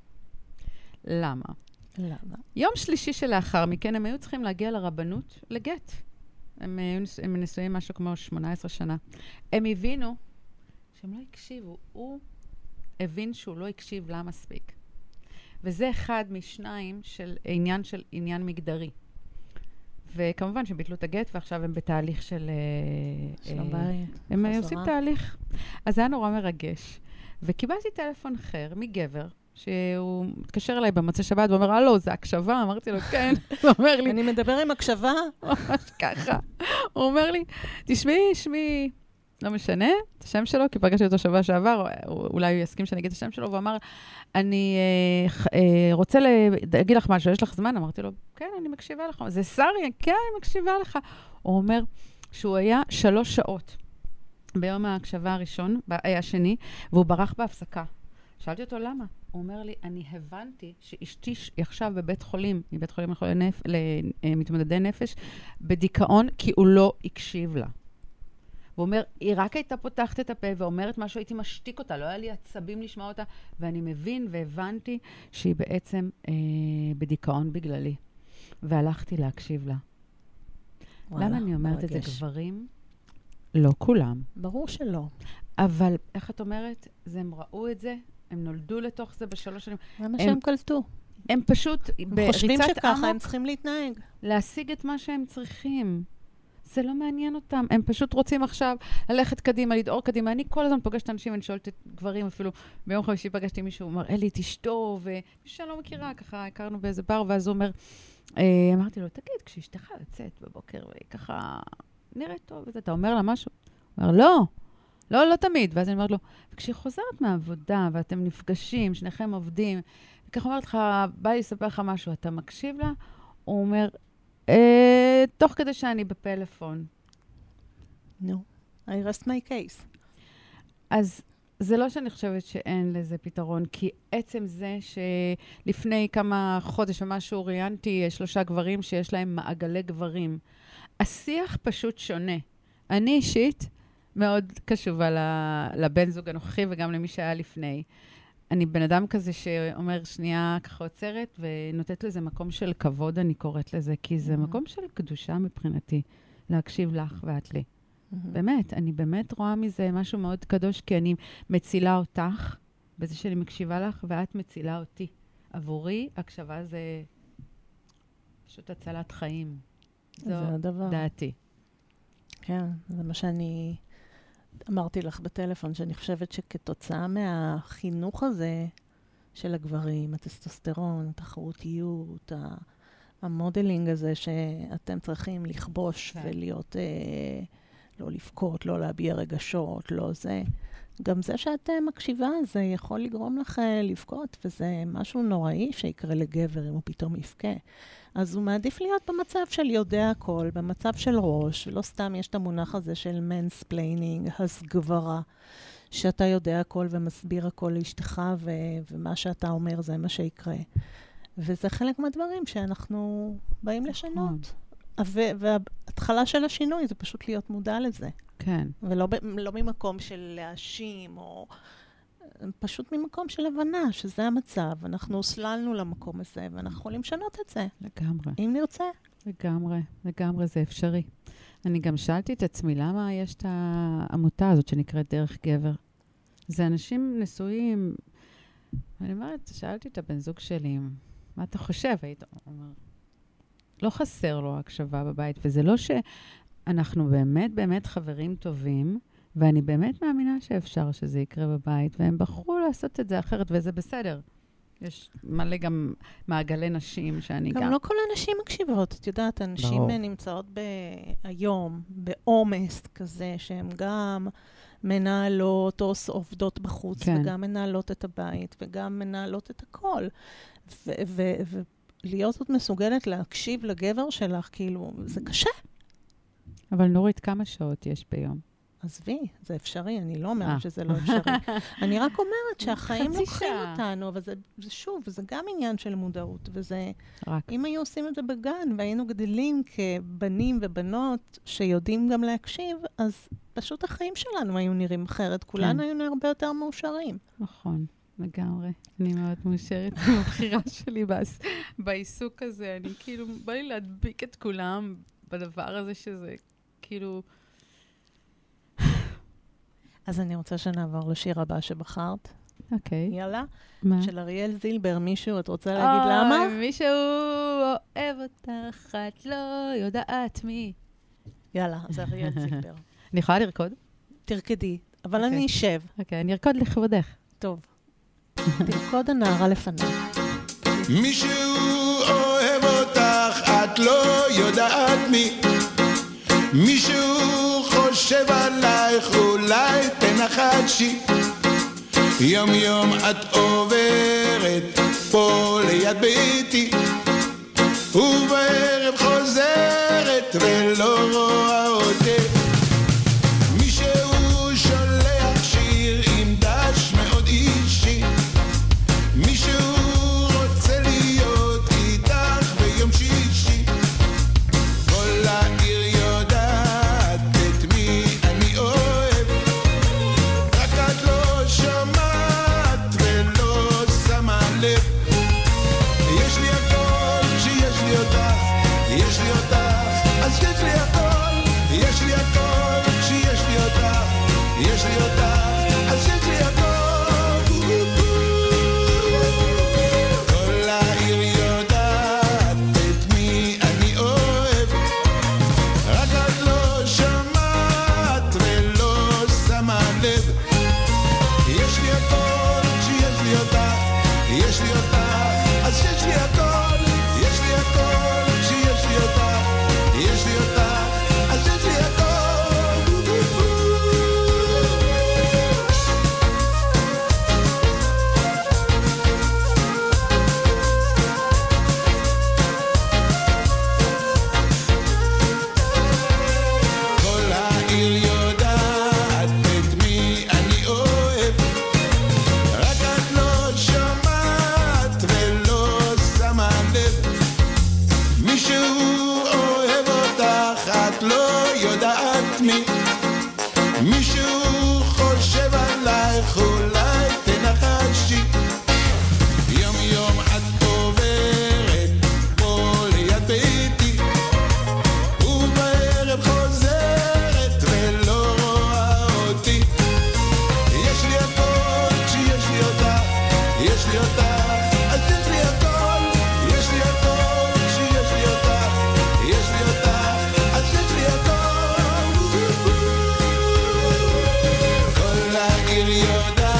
למה? למה? יום שלישי שלאחר מכן, הם היו צריכים להגיע לרבנות לגט. הם נשואים משהו כמו 18 שנה. הם הבינו שהם לא הקשיבו. הוא הבין שהוא לא הקשיב לה מספיק. וזה אחד משניים של עניין מגדרי. וכמובן שהם ביטלו את הגט, ועכשיו הם בתהליך של... שלום בית. הם עושים תהליך. אז זה היה נורא מרגש. וקיבלתי טלפון אחר מגבר, שהוא מתקשר אליי במוצאי שבת, ואומר, הלו, זה הקשבה? אמרתי לו, כן. הוא אומר לי... אני מדבר עם הקשבה? ממש ככה. הוא אומר לי, תשמעי, שמי... לא משנה, את השם שלו, כי פגשתי אותו שבוע שעבר, אולי הוא יסכים שאני אגיד את השם שלו, והוא אמר, אני רוצה להגיד לך משהו, יש לך זמן? אמרתי לו, כן, אני מקשיבה לך. זה שרי, כן, אני מקשיבה לך. הוא אומר שהוא היה 3 שעות ביום ההקשבה השני, והוא ברח בהפסקה. שאלתי אותו, למה? הוא אומר לי, אני הבנתי שאשתי עכשיו בבית חולים, מבית חולים למתמודדי נפש, בדיכאון, כי הוא לא הקשיב לה. הוא אומר, היא רק הייתה פותחת את הפה ואומרת משהו, הייתי משתיק אותה, לא היה לי עצבים לשמוע אותה, ואני מבין והבנתי שהיא בעצם בדיכאון בגללי. והלכתי להקשיב לה. וואלה, למה אני אומרת את זה? גברים? לא כולם. ברור שלא. אבל איך את אומרת? הם ראו את זה, הם נולדו לתוך זה ב3 שנים. למה שהם קלטו? הם פשוט חושבים שככה הם צריכים להתנהג. להשיג את מה שהם צריכים. זה לא מעניין אותם. הם פשוט רוצים עכשיו ללכת קדימה, לדאור קדימה. אני כל הזמן פוגשת אנשים, אני שואלת את גברים, אפילו ביום חמישי פגשתי מישהו, הוא מראה לי את אשתו, ומישהו שאני לא מכירה, ככה הכרנו באיזה בר, ואז הוא אומר, אמרתי לו, תגיד, כשאשתך יוצאת בבוקר, והיא ככה נראית טוב, אתה אומר לה משהו? הוא אומר, לא תמיד. ואז אני אומרת לו, וכשהיא חוזרת מהעבודה, ואתם נפגשים, שניכם עובדים, וככה אומרת לך, בא לי לספר לך משהו, אתה מקשיב לה? הוא אומר, תוך כדי שאני בפלאפון. No, I rest my case. אז זה לא שאני חושבת שאין לזה פתרון, כי עצם זה שלפני כמה חודש ומשהו ראיינתי 3 גברים שיש להם מעגלי גברים. השיח פשוט שונה. אני אישית מאוד קשובה לבן זוג הנוכחי וגם למי שהיה לפני. אני בן אדם כזה שאומר שנייה ככה עוצרת, ונותנת לזה מקום של כבוד, אני קוראת לזה, כי זה מקום של קדושה מבחינתי, להקשיב לך ואת לי. באמת, אני באמת רואה מזה משהו מאוד קדוש, כי אני מצילה אותך, בזה שאני מקשיבה לך, ואת מצילה אותי. עבורי, הקשבה זה פשוט הצלת חיים. זה הדבר. דעתי. כן, זה מה שאני... אמרתי לך בטלפון שאני חושבת שכתוצאה מהחינוך הזה של הגברים, הטסטוסטרון, התחרותיות, המודלינג הזה שאתם צריכים לכבוש ולהיות לא לבכות, לא להביע רגשות, לא זה. גם זה שאת מקשיבה, זה יכול לגרום לך לבכות, וזה משהו נוראי שיקרה לגבר אם הוא פתאום יבכה. אז הוא מעדיף להיות במצב של יודע הכל, במצב של ראש, ולא סתם יש את המונח הזה של mansplaining, הסגברה, שאתה יודע הכל ומסביר הכל לאשתך, ומה שאתה אומר זה מה שיקרה. וזה חלק מהדברים שאנחנו באים לשנות. וההתחלה של השינוי זה פשוט להיות מודע לזה. כן. ולא ממקום של להאשים, או פשוט ממקום של הבנה, שזה המצב. אנחנו הוסללנו למקום הזה, ואנחנו יכולים לשנות את זה. לגמרי. אם נרצה. לגמרי זה אפשרי. אני גם שאלתי את עצמי, למה יש את העמותה הזאת שנקראת דרך גבר? זה אנשים נשואים, אני אומרת, שאלתי את הבן זוג שלי, מה אתה חושב? היית אומר, לא חסר לו הקשבה בבית, וזה לא שאנחנו באמת חברים טובים, ואני באמת מאמינה שאפשר שזה יקרה בבית, והם בחרו לעשות את זה אחרת, וזה בסדר. יש מלא גם מעגלי נשים שאני גם... גם לא כל הנשים מקשיבות. את יודעת, הנשים נמצאות היום בעומס כזה, שהן גם מנהלות או עובדות בחוץ, וגם מנהלות את הבית, וגם מנהלות את הכל. ולהיות זאת מסוגלת להקשיב לגבר שלך, כאילו, זה קשה. אבל נורית, כמה שעות יש ביום? עזבי, זה אפשרי, אני לא אומרת שזה לא אפשרי. אני רק אומרת שהחיים לוקחים אותנו, אבל זה שוב, זה גם עניין של מודעות, וזה, אם היו עושים את זה בגן, והיינו גדלים כבנים ובנות שיודעים גם להקשיב, אז פשוט החיים שלנו היו נראים אחרת, כולנו היו הרבה יותר מאושרים. נכון, לגמרי. אני מאוד מאושרת בבחירה שלי בעיסוק הזה, אני כאילו, בא לי להדביק את כולם בדבר הזה שזה כאילו... אז אני רוצה שנעבור לשיר הבא שבחרת. אוקיי. יאללה. מה? של אריאל זילבר. מישהו, את רוצה להגיד למה? מישהו אוהב אותך, את לא יודעת מי. יאללה, אז אריאל זילבר. אני יכולה לרקוד? תרקדי, אבל אני אשב. אוקיי, אני ארקוד לכבודך. טוב. תרקוד הנערה לפני. מישהו אוהב אותך, את לא יודעת מי. מישהו חושב עלייך, אולי תנחשי. יום יום את עוברת פה ליד ביתי, ובערב חוזרת ולא רואה אותי. מישהו שולח שיר עם דש מאוד אישי. מישהו רוצה להיות איתך ביום שישי. כל העיר יודעת את מי אני אוהב, רק את לא שומעת ולא שמה לב. יש לי הכל כשיש לי אותך, יש לי אותך אז יש לי הכל. יש לי הכל כשיש לי אותך, יש לי אותך אז יש לי הכל. כל העיר יודעת את מי אני אוהב, רק את לא שומעת ולא שמה לב. יש לי הכל כשיש לי אותך, יש לי אותך אז יש לי הכל. יש לי הכל כשיש לי אותך, יש לי אותך אז יש לי הכל. כל העיר יודעת את מי אני אוהב, רק את לא שומעת ולא שמה לב. מישהו אוהב אותך, את לא יודעת מי. מישהו חושב עלייך, אולי תנחשי. יום יום את עוברת פה ליד ביתי, ובערב חוזרת ולא רואה אותי. יש לי הכל כשיש לי אותך, יש לי אותך אז יש לי הכל. יש לי הכל כשיש לי אותך, יש לי אותך אז יש לי הכל. כל העיר יודעת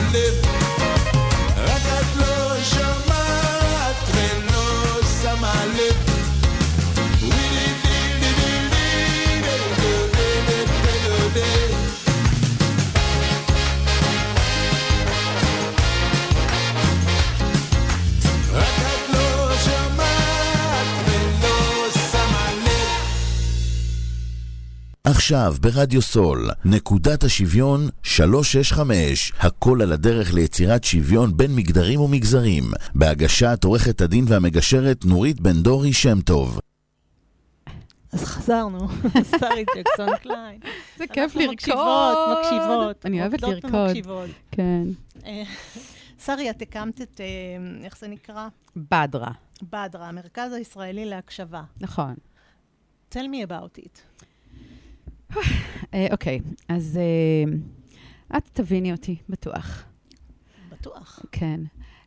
לב, רק את לא שמעת ולא שמה לב. עכשיו ברדיו סול, נקודת השוויון 365, הכל על הדרך ליצירת שוויון בין מגדרים ומגזרים, בהגשת עורכת הדין והמגשרת נורית בן דורי שם טוב. אז חזרנו, שרי ג'קסון קליין. זה כיף לרקוד. מקשיבות. אני אוהבת לרקוד. כן. שרי, את הקמת את, איך זה נקרא? בדרה. בדרה, המרכז הישראלי להקשבה. נכון. Tell me about it. אוקיי, אז את תביני אותי, בטוח. בטוח. כן.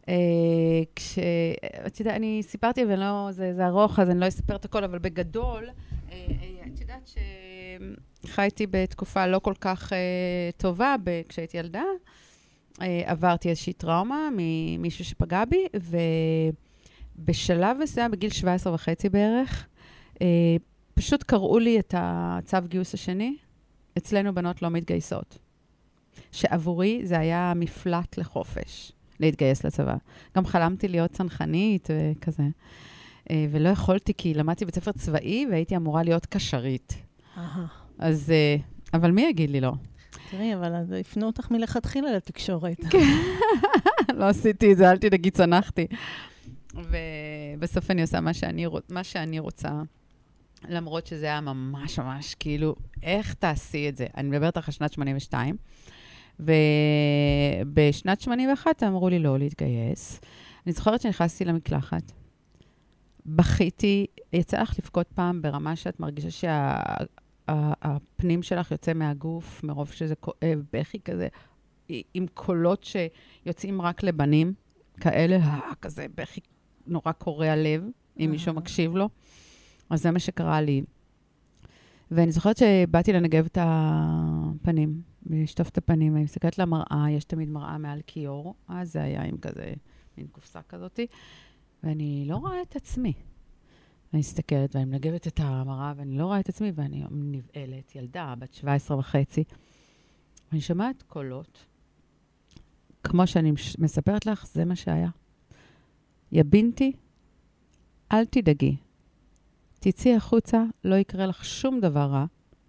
את יודעת, אני סיפרתי, זה ארוך, אז אני לא אספר את הכל, אבל בגדול, את יודעת שחייתי בתקופה לא כל כך טובה כשהייתי ילדה, עברתי איזושהי טראומה ממישהו שפגע בי, ובשלב מסוים, בגיל 17.5 בערך, פשוט קראו לי את הצו גיוס השני, אצלנו בנות לא מתגייסות. שעבורי זה היה מפלט לחופש, להתגייס לצבא. גם חלמתי להיות צנחנית וכזה. ולא יכולתי, כי למדתי בית ספר צבאי, והייתי אמורה להיות קשרית. אז, אבל מי יגיד לי לא? תראי, אבל אז הפנו אותך מלכתחילה לתקשורת. לא עשיתי את זה, אל תדאגי, צנחתי. ובסוף אני עושה מה שאני רוצה. למרות שזה היה ממש ממש, כאילו, איך תעשי את זה? אני מדברת אחרי שנת 82, ובשנת 81 אמרו לי לא להתגייס. אני זוכרת שנכנסתי למקלחת, בכיתי, יצא לך לבכות פעם ברמה שאת מרגישה שהפנים שלך יוצא מהגוף, מרוב שזה כואב, בכי כזה, עם קולות שיוצאים רק לבנים, כאלה, כזה בכי נורא קורע לב, אם מישהו מקשיב לו. אז זה מה שקרה לי. ואני זוכרת שבאתי לנגב את הפנים, לשטוף את הפנים, אני מסתכלת למראה, יש תמיד מראה מעל כיור, אז זה היה עם כזה, מין קופסה כזאת, ואני לא רואה את עצמי. אני מסתכלת ואני מנגבת את המראה, ואני לא רואה את עצמי, ואני נבעלת, ילדה, בת 17.5, ואני שומעת קולות, כמו שאני מספרת לך, זה מה שהיה. יבינתי, אל תדאגי. תצאי החוצה, לא יקרה לך שום דבר רע,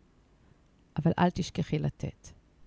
אבל אל תשכחי לתת.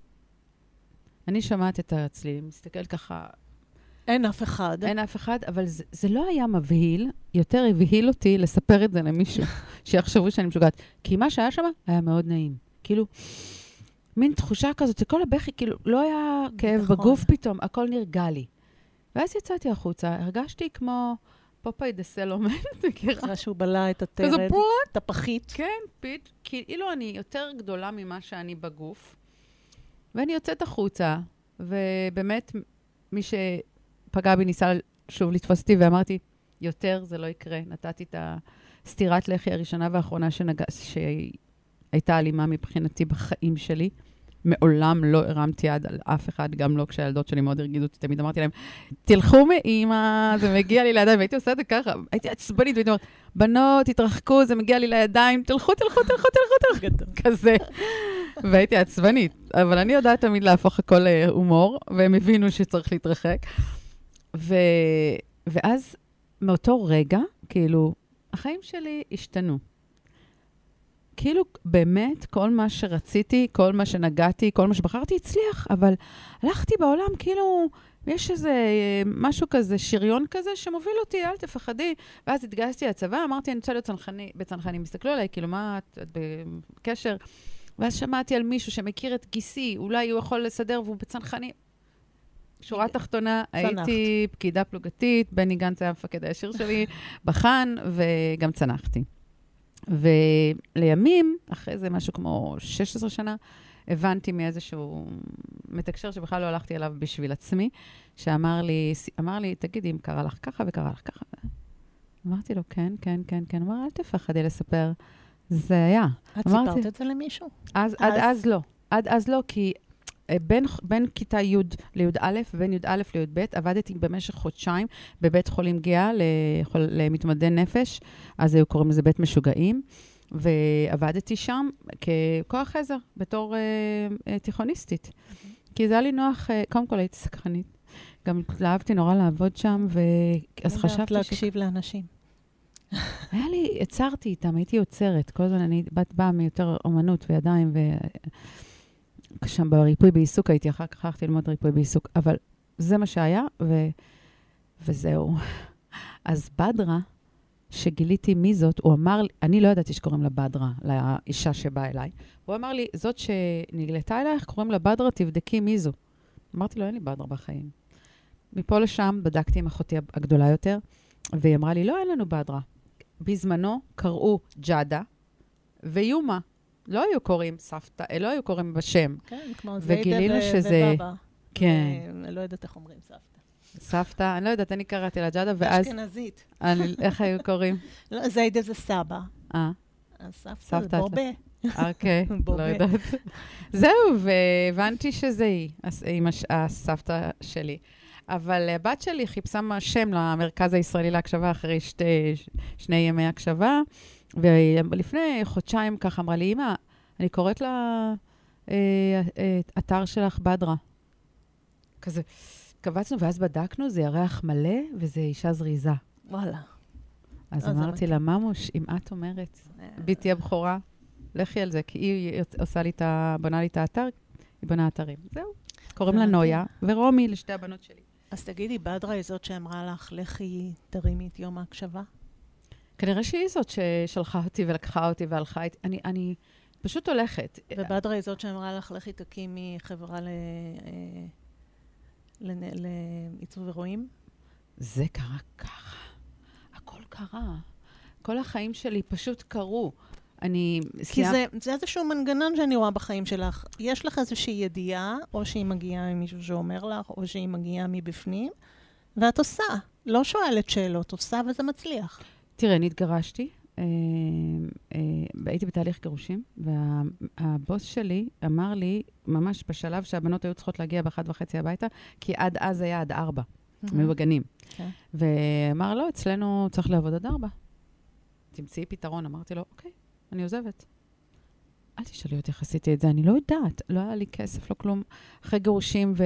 אני שומעת את הצלילים, מסתכלת ככה... אין אף אחד. אין אף אחד, אבל זה לא היה מבהיל, יותר הבהיל אותי לספר את זה למישהו, שיחשבו שאני משוגעת. כי מה שהיה שם היה מאוד נעים. כאילו, מין תחושה כזאת, שכל הבכי, כאילו, לא היה כאב בגוף פתאום, הכל נרגע לי. ואז יצאתי החוצה, הרגשתי כמו... פופאי דה סלומן, אחרי שהוא בלע את הטרד, כזה פרוט. את הפחית. כן, כאילו אני יותר גדולה ממה שאני בגוף, ואני יוצאת החוצה, ובאמת מי שפגע בי ניסה שוב לתפוס אותי, ואמרתי, יותר זה לא יקרה. נתתי את הסתירת לחי הראשונה והאחרונה שהייתה אלימה מבחינתי בחיים שלי. מעולם לא הרמתי יד על אף אחד, גם לא כשהילדות שלי מאוד הרגידו אותי, תמיד אמרתי להם, תלכו מאמא, זה מגיע לי לידיים, והייתי עושה את זה ככה, הייתי עצבנית, והייתי אומרת, בנות, תתרחקו, זה מגיע לי לידיים, תלכו, כזה. והייתי עצבנית, אבל אני יודעת תמיד להפוך הכל להומור, והם הבינו שצריך להתרחק. ואז, מאותו רגע, כאילו, החיים שלי השתנו. כאילו, באמת, כל מה שרציתי, כל מה שנגעתי, כל מה שבחרתי, הצליח, אבל הלכתי בעולם, כאילו, יש איזה משהו כזה, שריון כזה, שמוביל אותי, אל תפחדי. ואז התגייסתי לצבא, אמרתי, אני רוצה להיות בצנחנים, הסתכלו עליי, כאילו, מה, את בקשר? ואז שמעתי על מישהו שמכיר את גיסי, אולי הוא יכול לסדר, והוא בצנחנים. שורה תחתונה, הייתי פקידה פלוגתית, בני גנץ היה המפקד הישיר שלי, בחן, וגם צנחתי. ולימים, אחרי זה משהו כמו 16 שנה, הבנתי מאיזשהו מתקשר שבכלל לא הלכתי אליו בשביל עצמי, שאמר לי, תגידי, אם קרה לך ככה וקרה לך ככה. אמרתי לו, כן. אמר, אל תפחדי לספר. זה היה. את סיפרת את זה למישהו? עד אז לא. עד אז לא, כי בין כיתה י' לי"א, בין י"א לי"ב, עבדתי במשך חודשיים בבית חולים גאה למתמודדי נפש, אז היו קוראים לזה בית משוגעים, ועבדתי שם ככוח עזר, בתור תיכוניסטית. כי זה היה לי נוח, קודם כל הייתי סקרנית, גם אהבתי נורא לעבוד שם, אז חשבתי להקשיב לאנשים. היה לי, עצרתי איתם, הייתי יוצרת, כל הזמן אני באה מיותר אומנות וידיים, שם בריפוי בעיסוק הייתי, אחר כך הלכתי ללמוד ריפוי בעיסוק, אבל זה מה שהיה, וזהו. אז בדרה, שגיליתי מי זאת, הוא אמר לי, אני לא ידעתי שקוראים לה בדרה, לאישה שבאה אליי, הוא אמר לי, זאת שנגלתה אלייך, קוראים לה בדרה, תבדקי מי זו. אמרתי לו, אין לי בדרה בחיים. מפה לשם בדקתי עם אחותי הגדולה יותר, והיא אמרה לי, לא, אין לנו בדרה. בזמנו קראו ג'אדה ויומה. לא היו קוראים סבתא, לא היו קוראים בשם. כן, כמו זיידה ובבא. כן. אני לא יודעת איך אומרים סבתא. סבתא, אני לא יודעת, אני קראתי לה ג'אדה, ואז... אשכנזית. איך היו קוראים? לא, זיידה זה סבא. סבתא זה בובה. אוקיי, לא יודעת. זהו, והבנתי שזה היא, הסבתא שלי. אבל הבת שלי חיפשה שם למרכז הישראלי להקשבה אחרי שני ימי הקשבה, ולפני חודשיים ככה אמרה לי, אמא, אני קוראת לה אתר שלך בדרה. כזה, קבצנו ואז בדקנו, זה ירח מלא וזה אישה זריזה. וואלה. אז אמרתי לה, ממוש, אם את אומרת, ביתי הבכורה, לכי על זה, כי היא עושה לי בונה לי את האתר, היא בונה אתרים. זהו. קוראים לה נויה, ורומי לשתי הבנות שלי. אז תגידי, בדרה היא זאת שאמרה לך, לכי תרימי את יום ההקשבה? כנראה שהיא זאת ששלחה אותי ולקחה אותי והלכה איתי. אני פשוט הולכת. ובדרה היא זאת שאמרה לך, לכי תקימי חברה לעיצוב אירועים? זה קרה ככה. הכל קרה. כל החיים שלי פשוט קרו. כי זה איזשהו מנגנון שאני רואה בחיים שלך. יש לך איזושהי ידיעה, או שהיא מגיעה ממישהו שאומר לך, או שהיא מגיעה מבפנים, ואת עושה. לא שואלת שאלות, עושה וזה מצליח. תראה, אני התגרשתי, הייתי בתהליך גירושים, והבוס שלי אמר לי, ממש בשלב שהבנות היו צריכות להגיע ב1:30 הביתה, כי עד אז היה עד 4, הם היו בגנים. ואמר, לא, אצלנו צריך לעבוד עד 4. תמצאי פתרון, אמרתי לו, אוקיי. אני עוזבת. אל תשאלי אותי איך עשיתי את זה, אני לא יודעת. לא היה לי כסף, לא כלום. אחרי גירושים,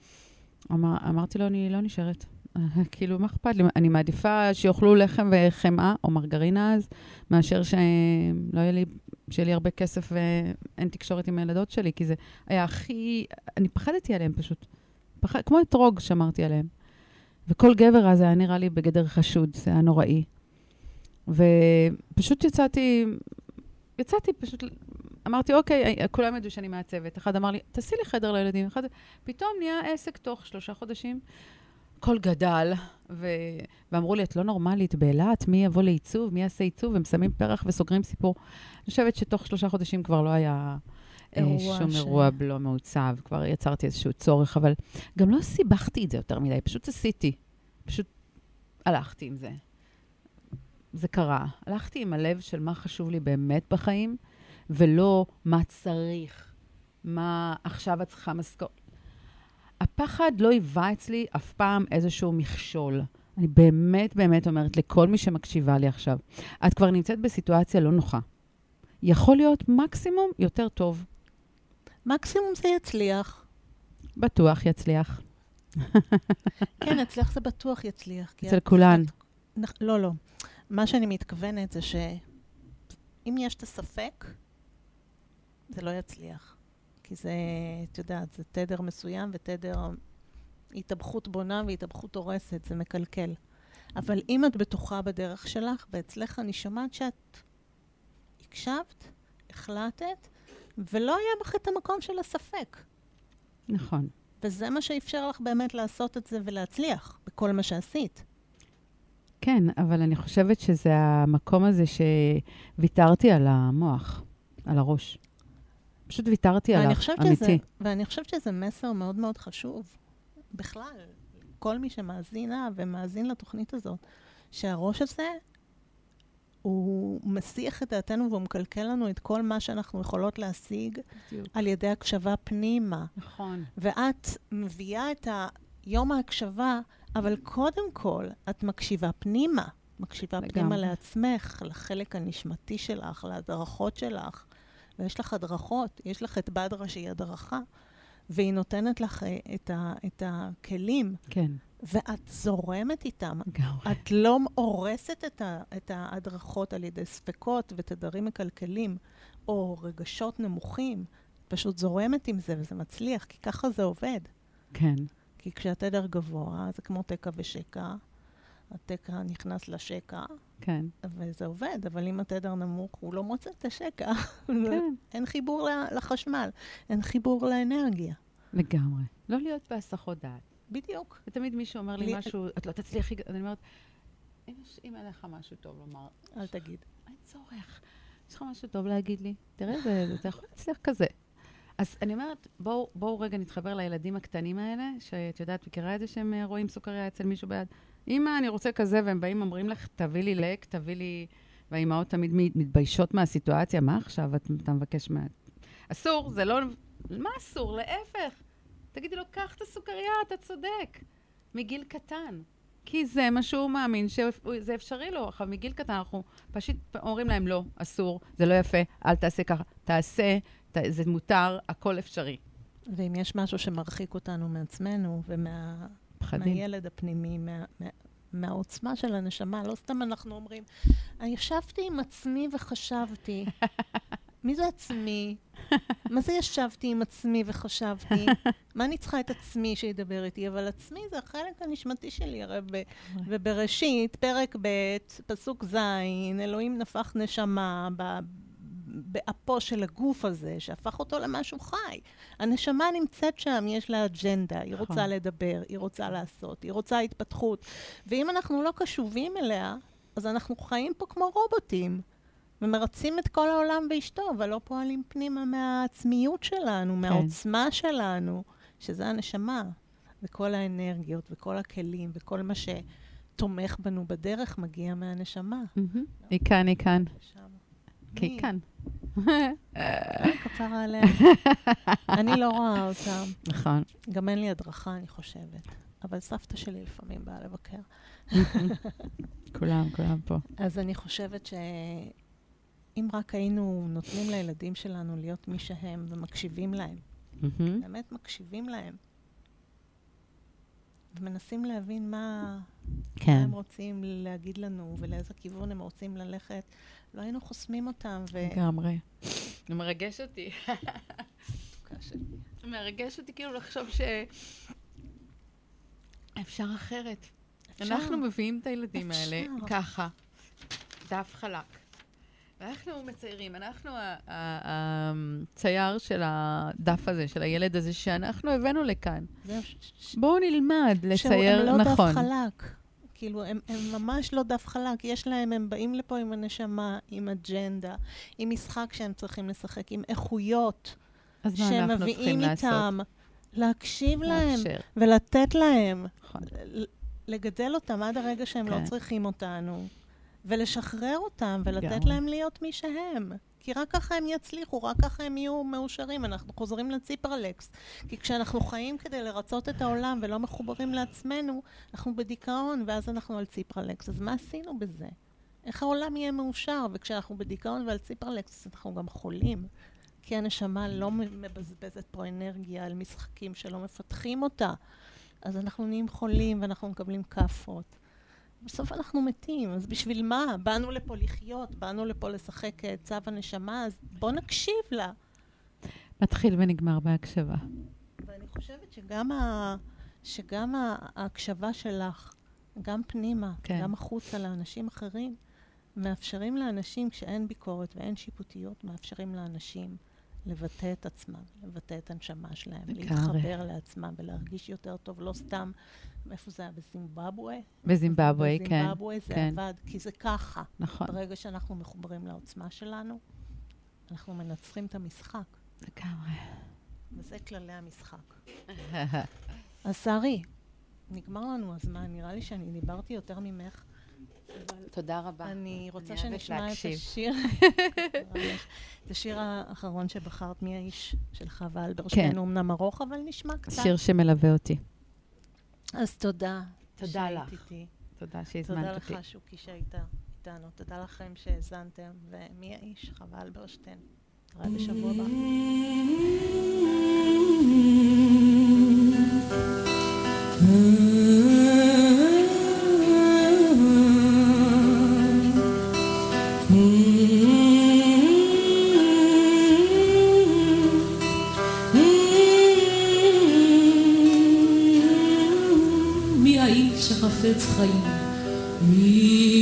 ואמרתי לו, אני לא נשארת. כאילו, מה אכפת לי? אני מעדיפה שיאכלו לחם וחמאה, או מרגרינה אז, מאשר שיהיה לי הרבה כסף ואין תקשורת עם הילדות שלי, כי זה היה הכי... אני פחדתי עליהם פשוט. כמו אתרוג שמרתי עליהם. וכל גבר אז היה נראה לי בגדר חשוד, זה היה נוראי. ופשוט יצאתי פשוט, אמרתי, אוקיי, כולם ידעו שאני מעצבת. אחד אמר לי, תעשי לי חדר לילדים. אחד, פתאום נהיה עסק תוך 3 חודשים. כל גדל, ואמרו לי, את לא נורמלית באילת, מי יבוא לעיצוב, מי יעשה עיצוב, הם שמים פרח וסוגרים סיפור. אני חושבת שתוך 3 חודשים כבר לא היה שום אירוע לא מעוצב, כבר יצרתי איזשהו צורך, אבל גם לא סיבכתי את זה יותר מדי, פשוט עשיתי, פשוט הלכתי עם זה. זה קרה. הלכתי עם הלב של מה חשוב לי באמת בחיים, ולא מה צריך, מה עכשיו את צריכה משכורת. הפחד לא היווה אצלי אף פעם איזשהו מכשול. אני באמת באמת אומרת לכל מי שמקשיבה לי עכשיו, את כבר נמצאת בסיטואציה לא נוחה. יכול להיות מקסימום יותר טוב. מקסימום זה יצליח. בטוח יצליח. כן, אצלך זה בטוח יצליח. אצל כולן. לא. מה שאני מתכוונת זה שאם יש את הספק, זה לא יצליח. כי זה, את יודעת, זה תדר מסוים ותדר התאבכות בונה והתאבכות הורסת, זה מקלקל. אבל אם את בטוחה בדרך שלך, ואצלך אני שומעת שאת הקשבת, החלטת, ולא היה בך את המקום של הספק. נכון. וזה מה שאפשר לך באמת לעשות את זה ולהצליח בכל מה שעשית. כן, אבל אני חושבת שזה המקום הזה שוויתרתי על המוח, על הראש. פשוט ויתרתי עליו, אמיתי. ואני חושבת שזה מסר מאוד מאוד חשוב. בכלל, כל מי שמאזינה ומאזין לתוכנית הזאת, שהראש הזה הוא מסיח את דעתנו והוא מקלקל לנו את כל מה שאנחנו יכולות להשיג על ידי הקשבה פנימה. נכון. ואת מביאה את יום ההקשבה, אבל קודם כל את מקשיבה פנימה. מקשיבה פנימה לעצמך, לחלק הנשמתי שלך, להדרכות שלך. ויש לך הדרכות, יש לך את בדרה שהיא הדרכה, והיא נותנת לך את הכלים. כן. ואת זורמת איתם. גמרי. את לא הורסת את ההדרכות על ידי ספקות ותדרים מקלקלים, או רגשות נמוכים. פשוט זורמת עם זה, וזה מצליח, כי ככה זה עובד. כן. כי כשהתדר גבוה, זה כמו תקע ושקע. התקע נכנס לשקע, כן. וזה עובד, אבל אם התדר נמוך, הוא לא מוצא את השקע. כן. אין חיבור לחשמל, אין חיבור לאנרגיה. לגמרי. לא להיות בהסחות דעת. בדיוק. ותמיד מישהו אומר לי משהו, את לא תצליחי, אני אומרת, אם אין לך משהו טוב לומר, אל תגיד. אין צורך. יש לך משהו טוב להגיד לי? תראה, אתה יכול להצליח כזה. אז אני אומרת, בואו רגע נתחבר לילדים הקטנים האלה, שאת יודעת, מכירה את זה שהם רואים סוכריה אצל מישהו ביד. אמא, אני רוצה כזה, והם באים, אומרים לך, תביא לי לק, תביא לי... והאימהות תמיד מתביישות מהסיטואציה. מה עכשיו אתה מבקש מה... אסור, זה לא... מה אסור? להפך. תגידי לו, קח את הסוכריה, אתה צודק. מגיל קטן. כי זה מה שהוא מאמין שזה אפשרי לו. עכשיו, מגיל קטן אנחנו פשוט אומרים להם, לא, אסור, זה לא יפה, אל תעשה ככה. תעשה, זה מותר, הכל אפשרי. ואם יש משהו שמרחיק אותנו מעצמנו מהילד הפנימי, מהעוצמה של הנשמה, לא סתם אנחנו אומרים, אני ישבתי עם עצמי וחשבתי. מי זה עצמי? מה זה ישבתי עם עצמי וחשבתי? מה אני צריכה את עצמי שידבר איתי? אבל עצמי זה החלק הנשמתי שלי, הרי ובראשית, פרק ב', פסוק ז', אלוהים נפח נשמה באפו של הגוף הזה, שהפך אותו למשהו חי. הנשמה נמצאת שם, יש לה אג'נדה, היא רוצה לדבר, היא רוצה לעשות, היא רוצה התפתחות. ואם אנחנו לא קשובים אליה, אז אנחנו חיים פה כמו רובוטים. ומרצים את כל העולם ואשתו, אבל לא פועלים פנימה מהעצמיות שלנו, מהעוצמה שלנו, שזה הנשמה, וכל האנרגיות, וכל הכלים, וכל מה שתומך בנו בדרך מגיע מהנשמה. היא כאן, היא כאן. היא כאן. כפרה עליה. אני לא רואה אותם. נכון. גם אין לי הדרכה, אני חושבת. אבל סבתא שלי לפעמים באה לבקר. כולם פה. אז אני חושבת אם רק היינו נותנים לילדים שלנו להיות מי שהם ומקשיבים להם, באמת מקשיבים להם, ומנסים להבין מה הם רוצים להגיד לנו ולאיזה כיוון הם רוצים ללכת, לא היינו חוסמים אותם. לגמרי. זה מרגש אותי. מרגש אותי כאילו לחשוב שאפשר אחרת. אנחנו מביאים את הילדים האלה ככה, דף חלק. ואנחנו מציירים, אנחנו הצייר של הדף הזה, של הילד הזה שאנחנו הבאנו לכאן. בואו נלמד לצייר נכון. הם לא דף חלק. כאילו, הם ממש לא דף חלק. יש להם, הם באים לפה עם הנשמה, עם אג'נדה, עם משחק שהם צריכים לשחק, עם איכויות שהם מביאים איתם. להקשיב להם ולתת להם. לגדל אותם עד הרגע שהם לא צריכים אותנו. ולשחרר אותם, ולתת להם להיות מי שהם. כי רק ככה הם יצליחו, רק ככה הם יהיו מאושרים. אנחנו חוזרים לציפרלקס. כי כשאנחנו חיים כדי לרצות את העולם, ולא מחוברים לעצמנו, אנחנו בדיכאון, ואז אנחנו על ציפרלקס. אז מה עשינו בזה? איך העולם יהיה מאושר? וכשאנחנו בדיכאון ועל ציפרלקס, אנחנו גם חולים. כי הנשמה לא מבזבזת פה אנרגיה על משחקים שלא מפתחים אותה. אז אנחנו נהיים חולים, ואנחנו מקבלים כפות. בסוף אנחנו מתים, אז בשביל מה? באנו לפה לחיות, באנו לפה לשחק צו הנשמה, אז בוא נקשיב לה. מתחיל ונגמר בהקשבה. ואני חושבת שגם ההקשבה שלך, גם פנימה, גם החוצה לאנשים אחרים, מאפשרים לאנשים, כשאין ביקורת ואין שיפוטיות, מאפשרים לאנשים לבטא את עצמם, לבטא את הנשמה שלהם, להתחבר לעצמם ולהרגיש יותר טוב, לא סתם, איפה זה היה? בזימבבואה? בזימבבואה, כן. בזימבבואה זה עבד, כי זה ככה. נכון. ברגע שאנחנו מחוברים לעוצמה שלנו, אנחנו מנצחים את המשחק. לגמרי. וזה כללי המשחק. אז שרי, נגמר לנו הזמן, נראה לי שאני דיברתי יותר ממך. תודה רבה. אני רוצה שנשמע את השיר. את השיר האחרון שבחרת, מי האיש של חווה אלברשטיין, הוא אמנם ארוך, אבל נשמע קצת. שיר שמלווה אותי. אז תודה. תודה לך. תודה שהזמנת אותי. תודה לך, שוקי, שהיית איתנו. תודה לכם שהזנתם. ומי האיש? חווה אלברשטיין. נתראה בשבוע הבא. מי האיש שחפץ חיים? מי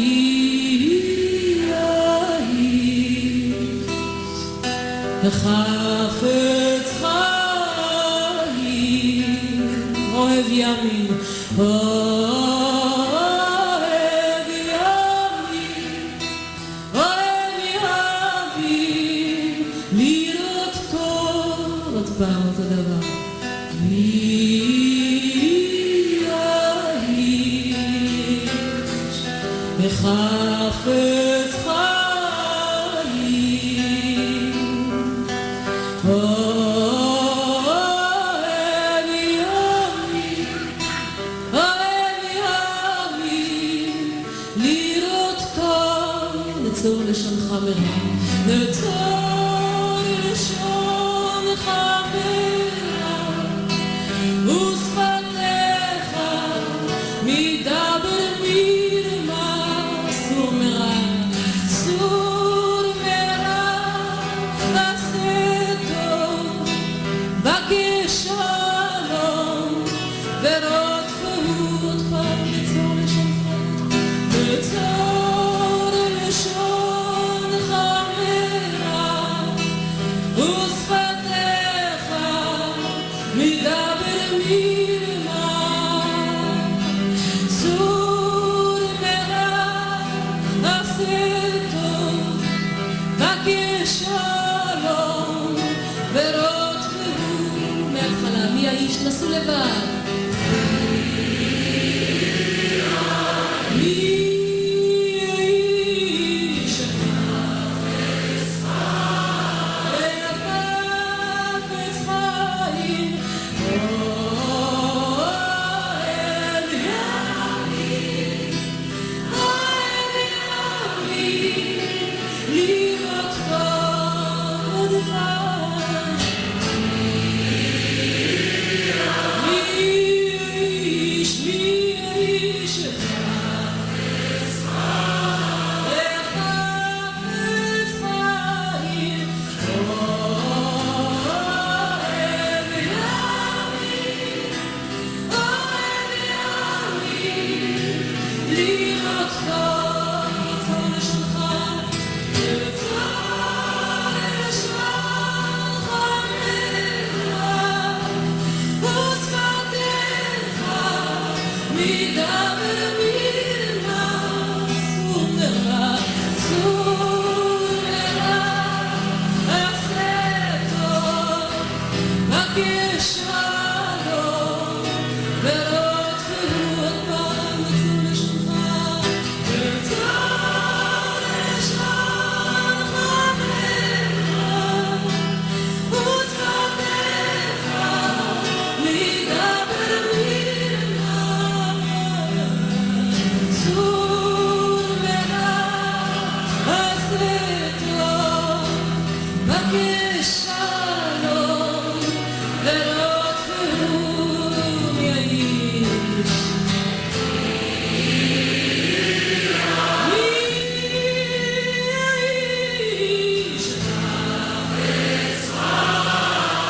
האיש שחפץ חיים? אוהב ימים, אוהב ימים, אוהב ימים, לראות טוב, עוד פעם אותו דבר. חפץ חיים, אוהב ימים, אוהב ימים, לראות טוב, נצור לשונך מרע, נצור לשונך מרע, ושפתיך מדבר נסו לבד.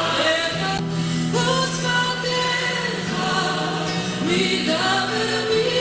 מדבר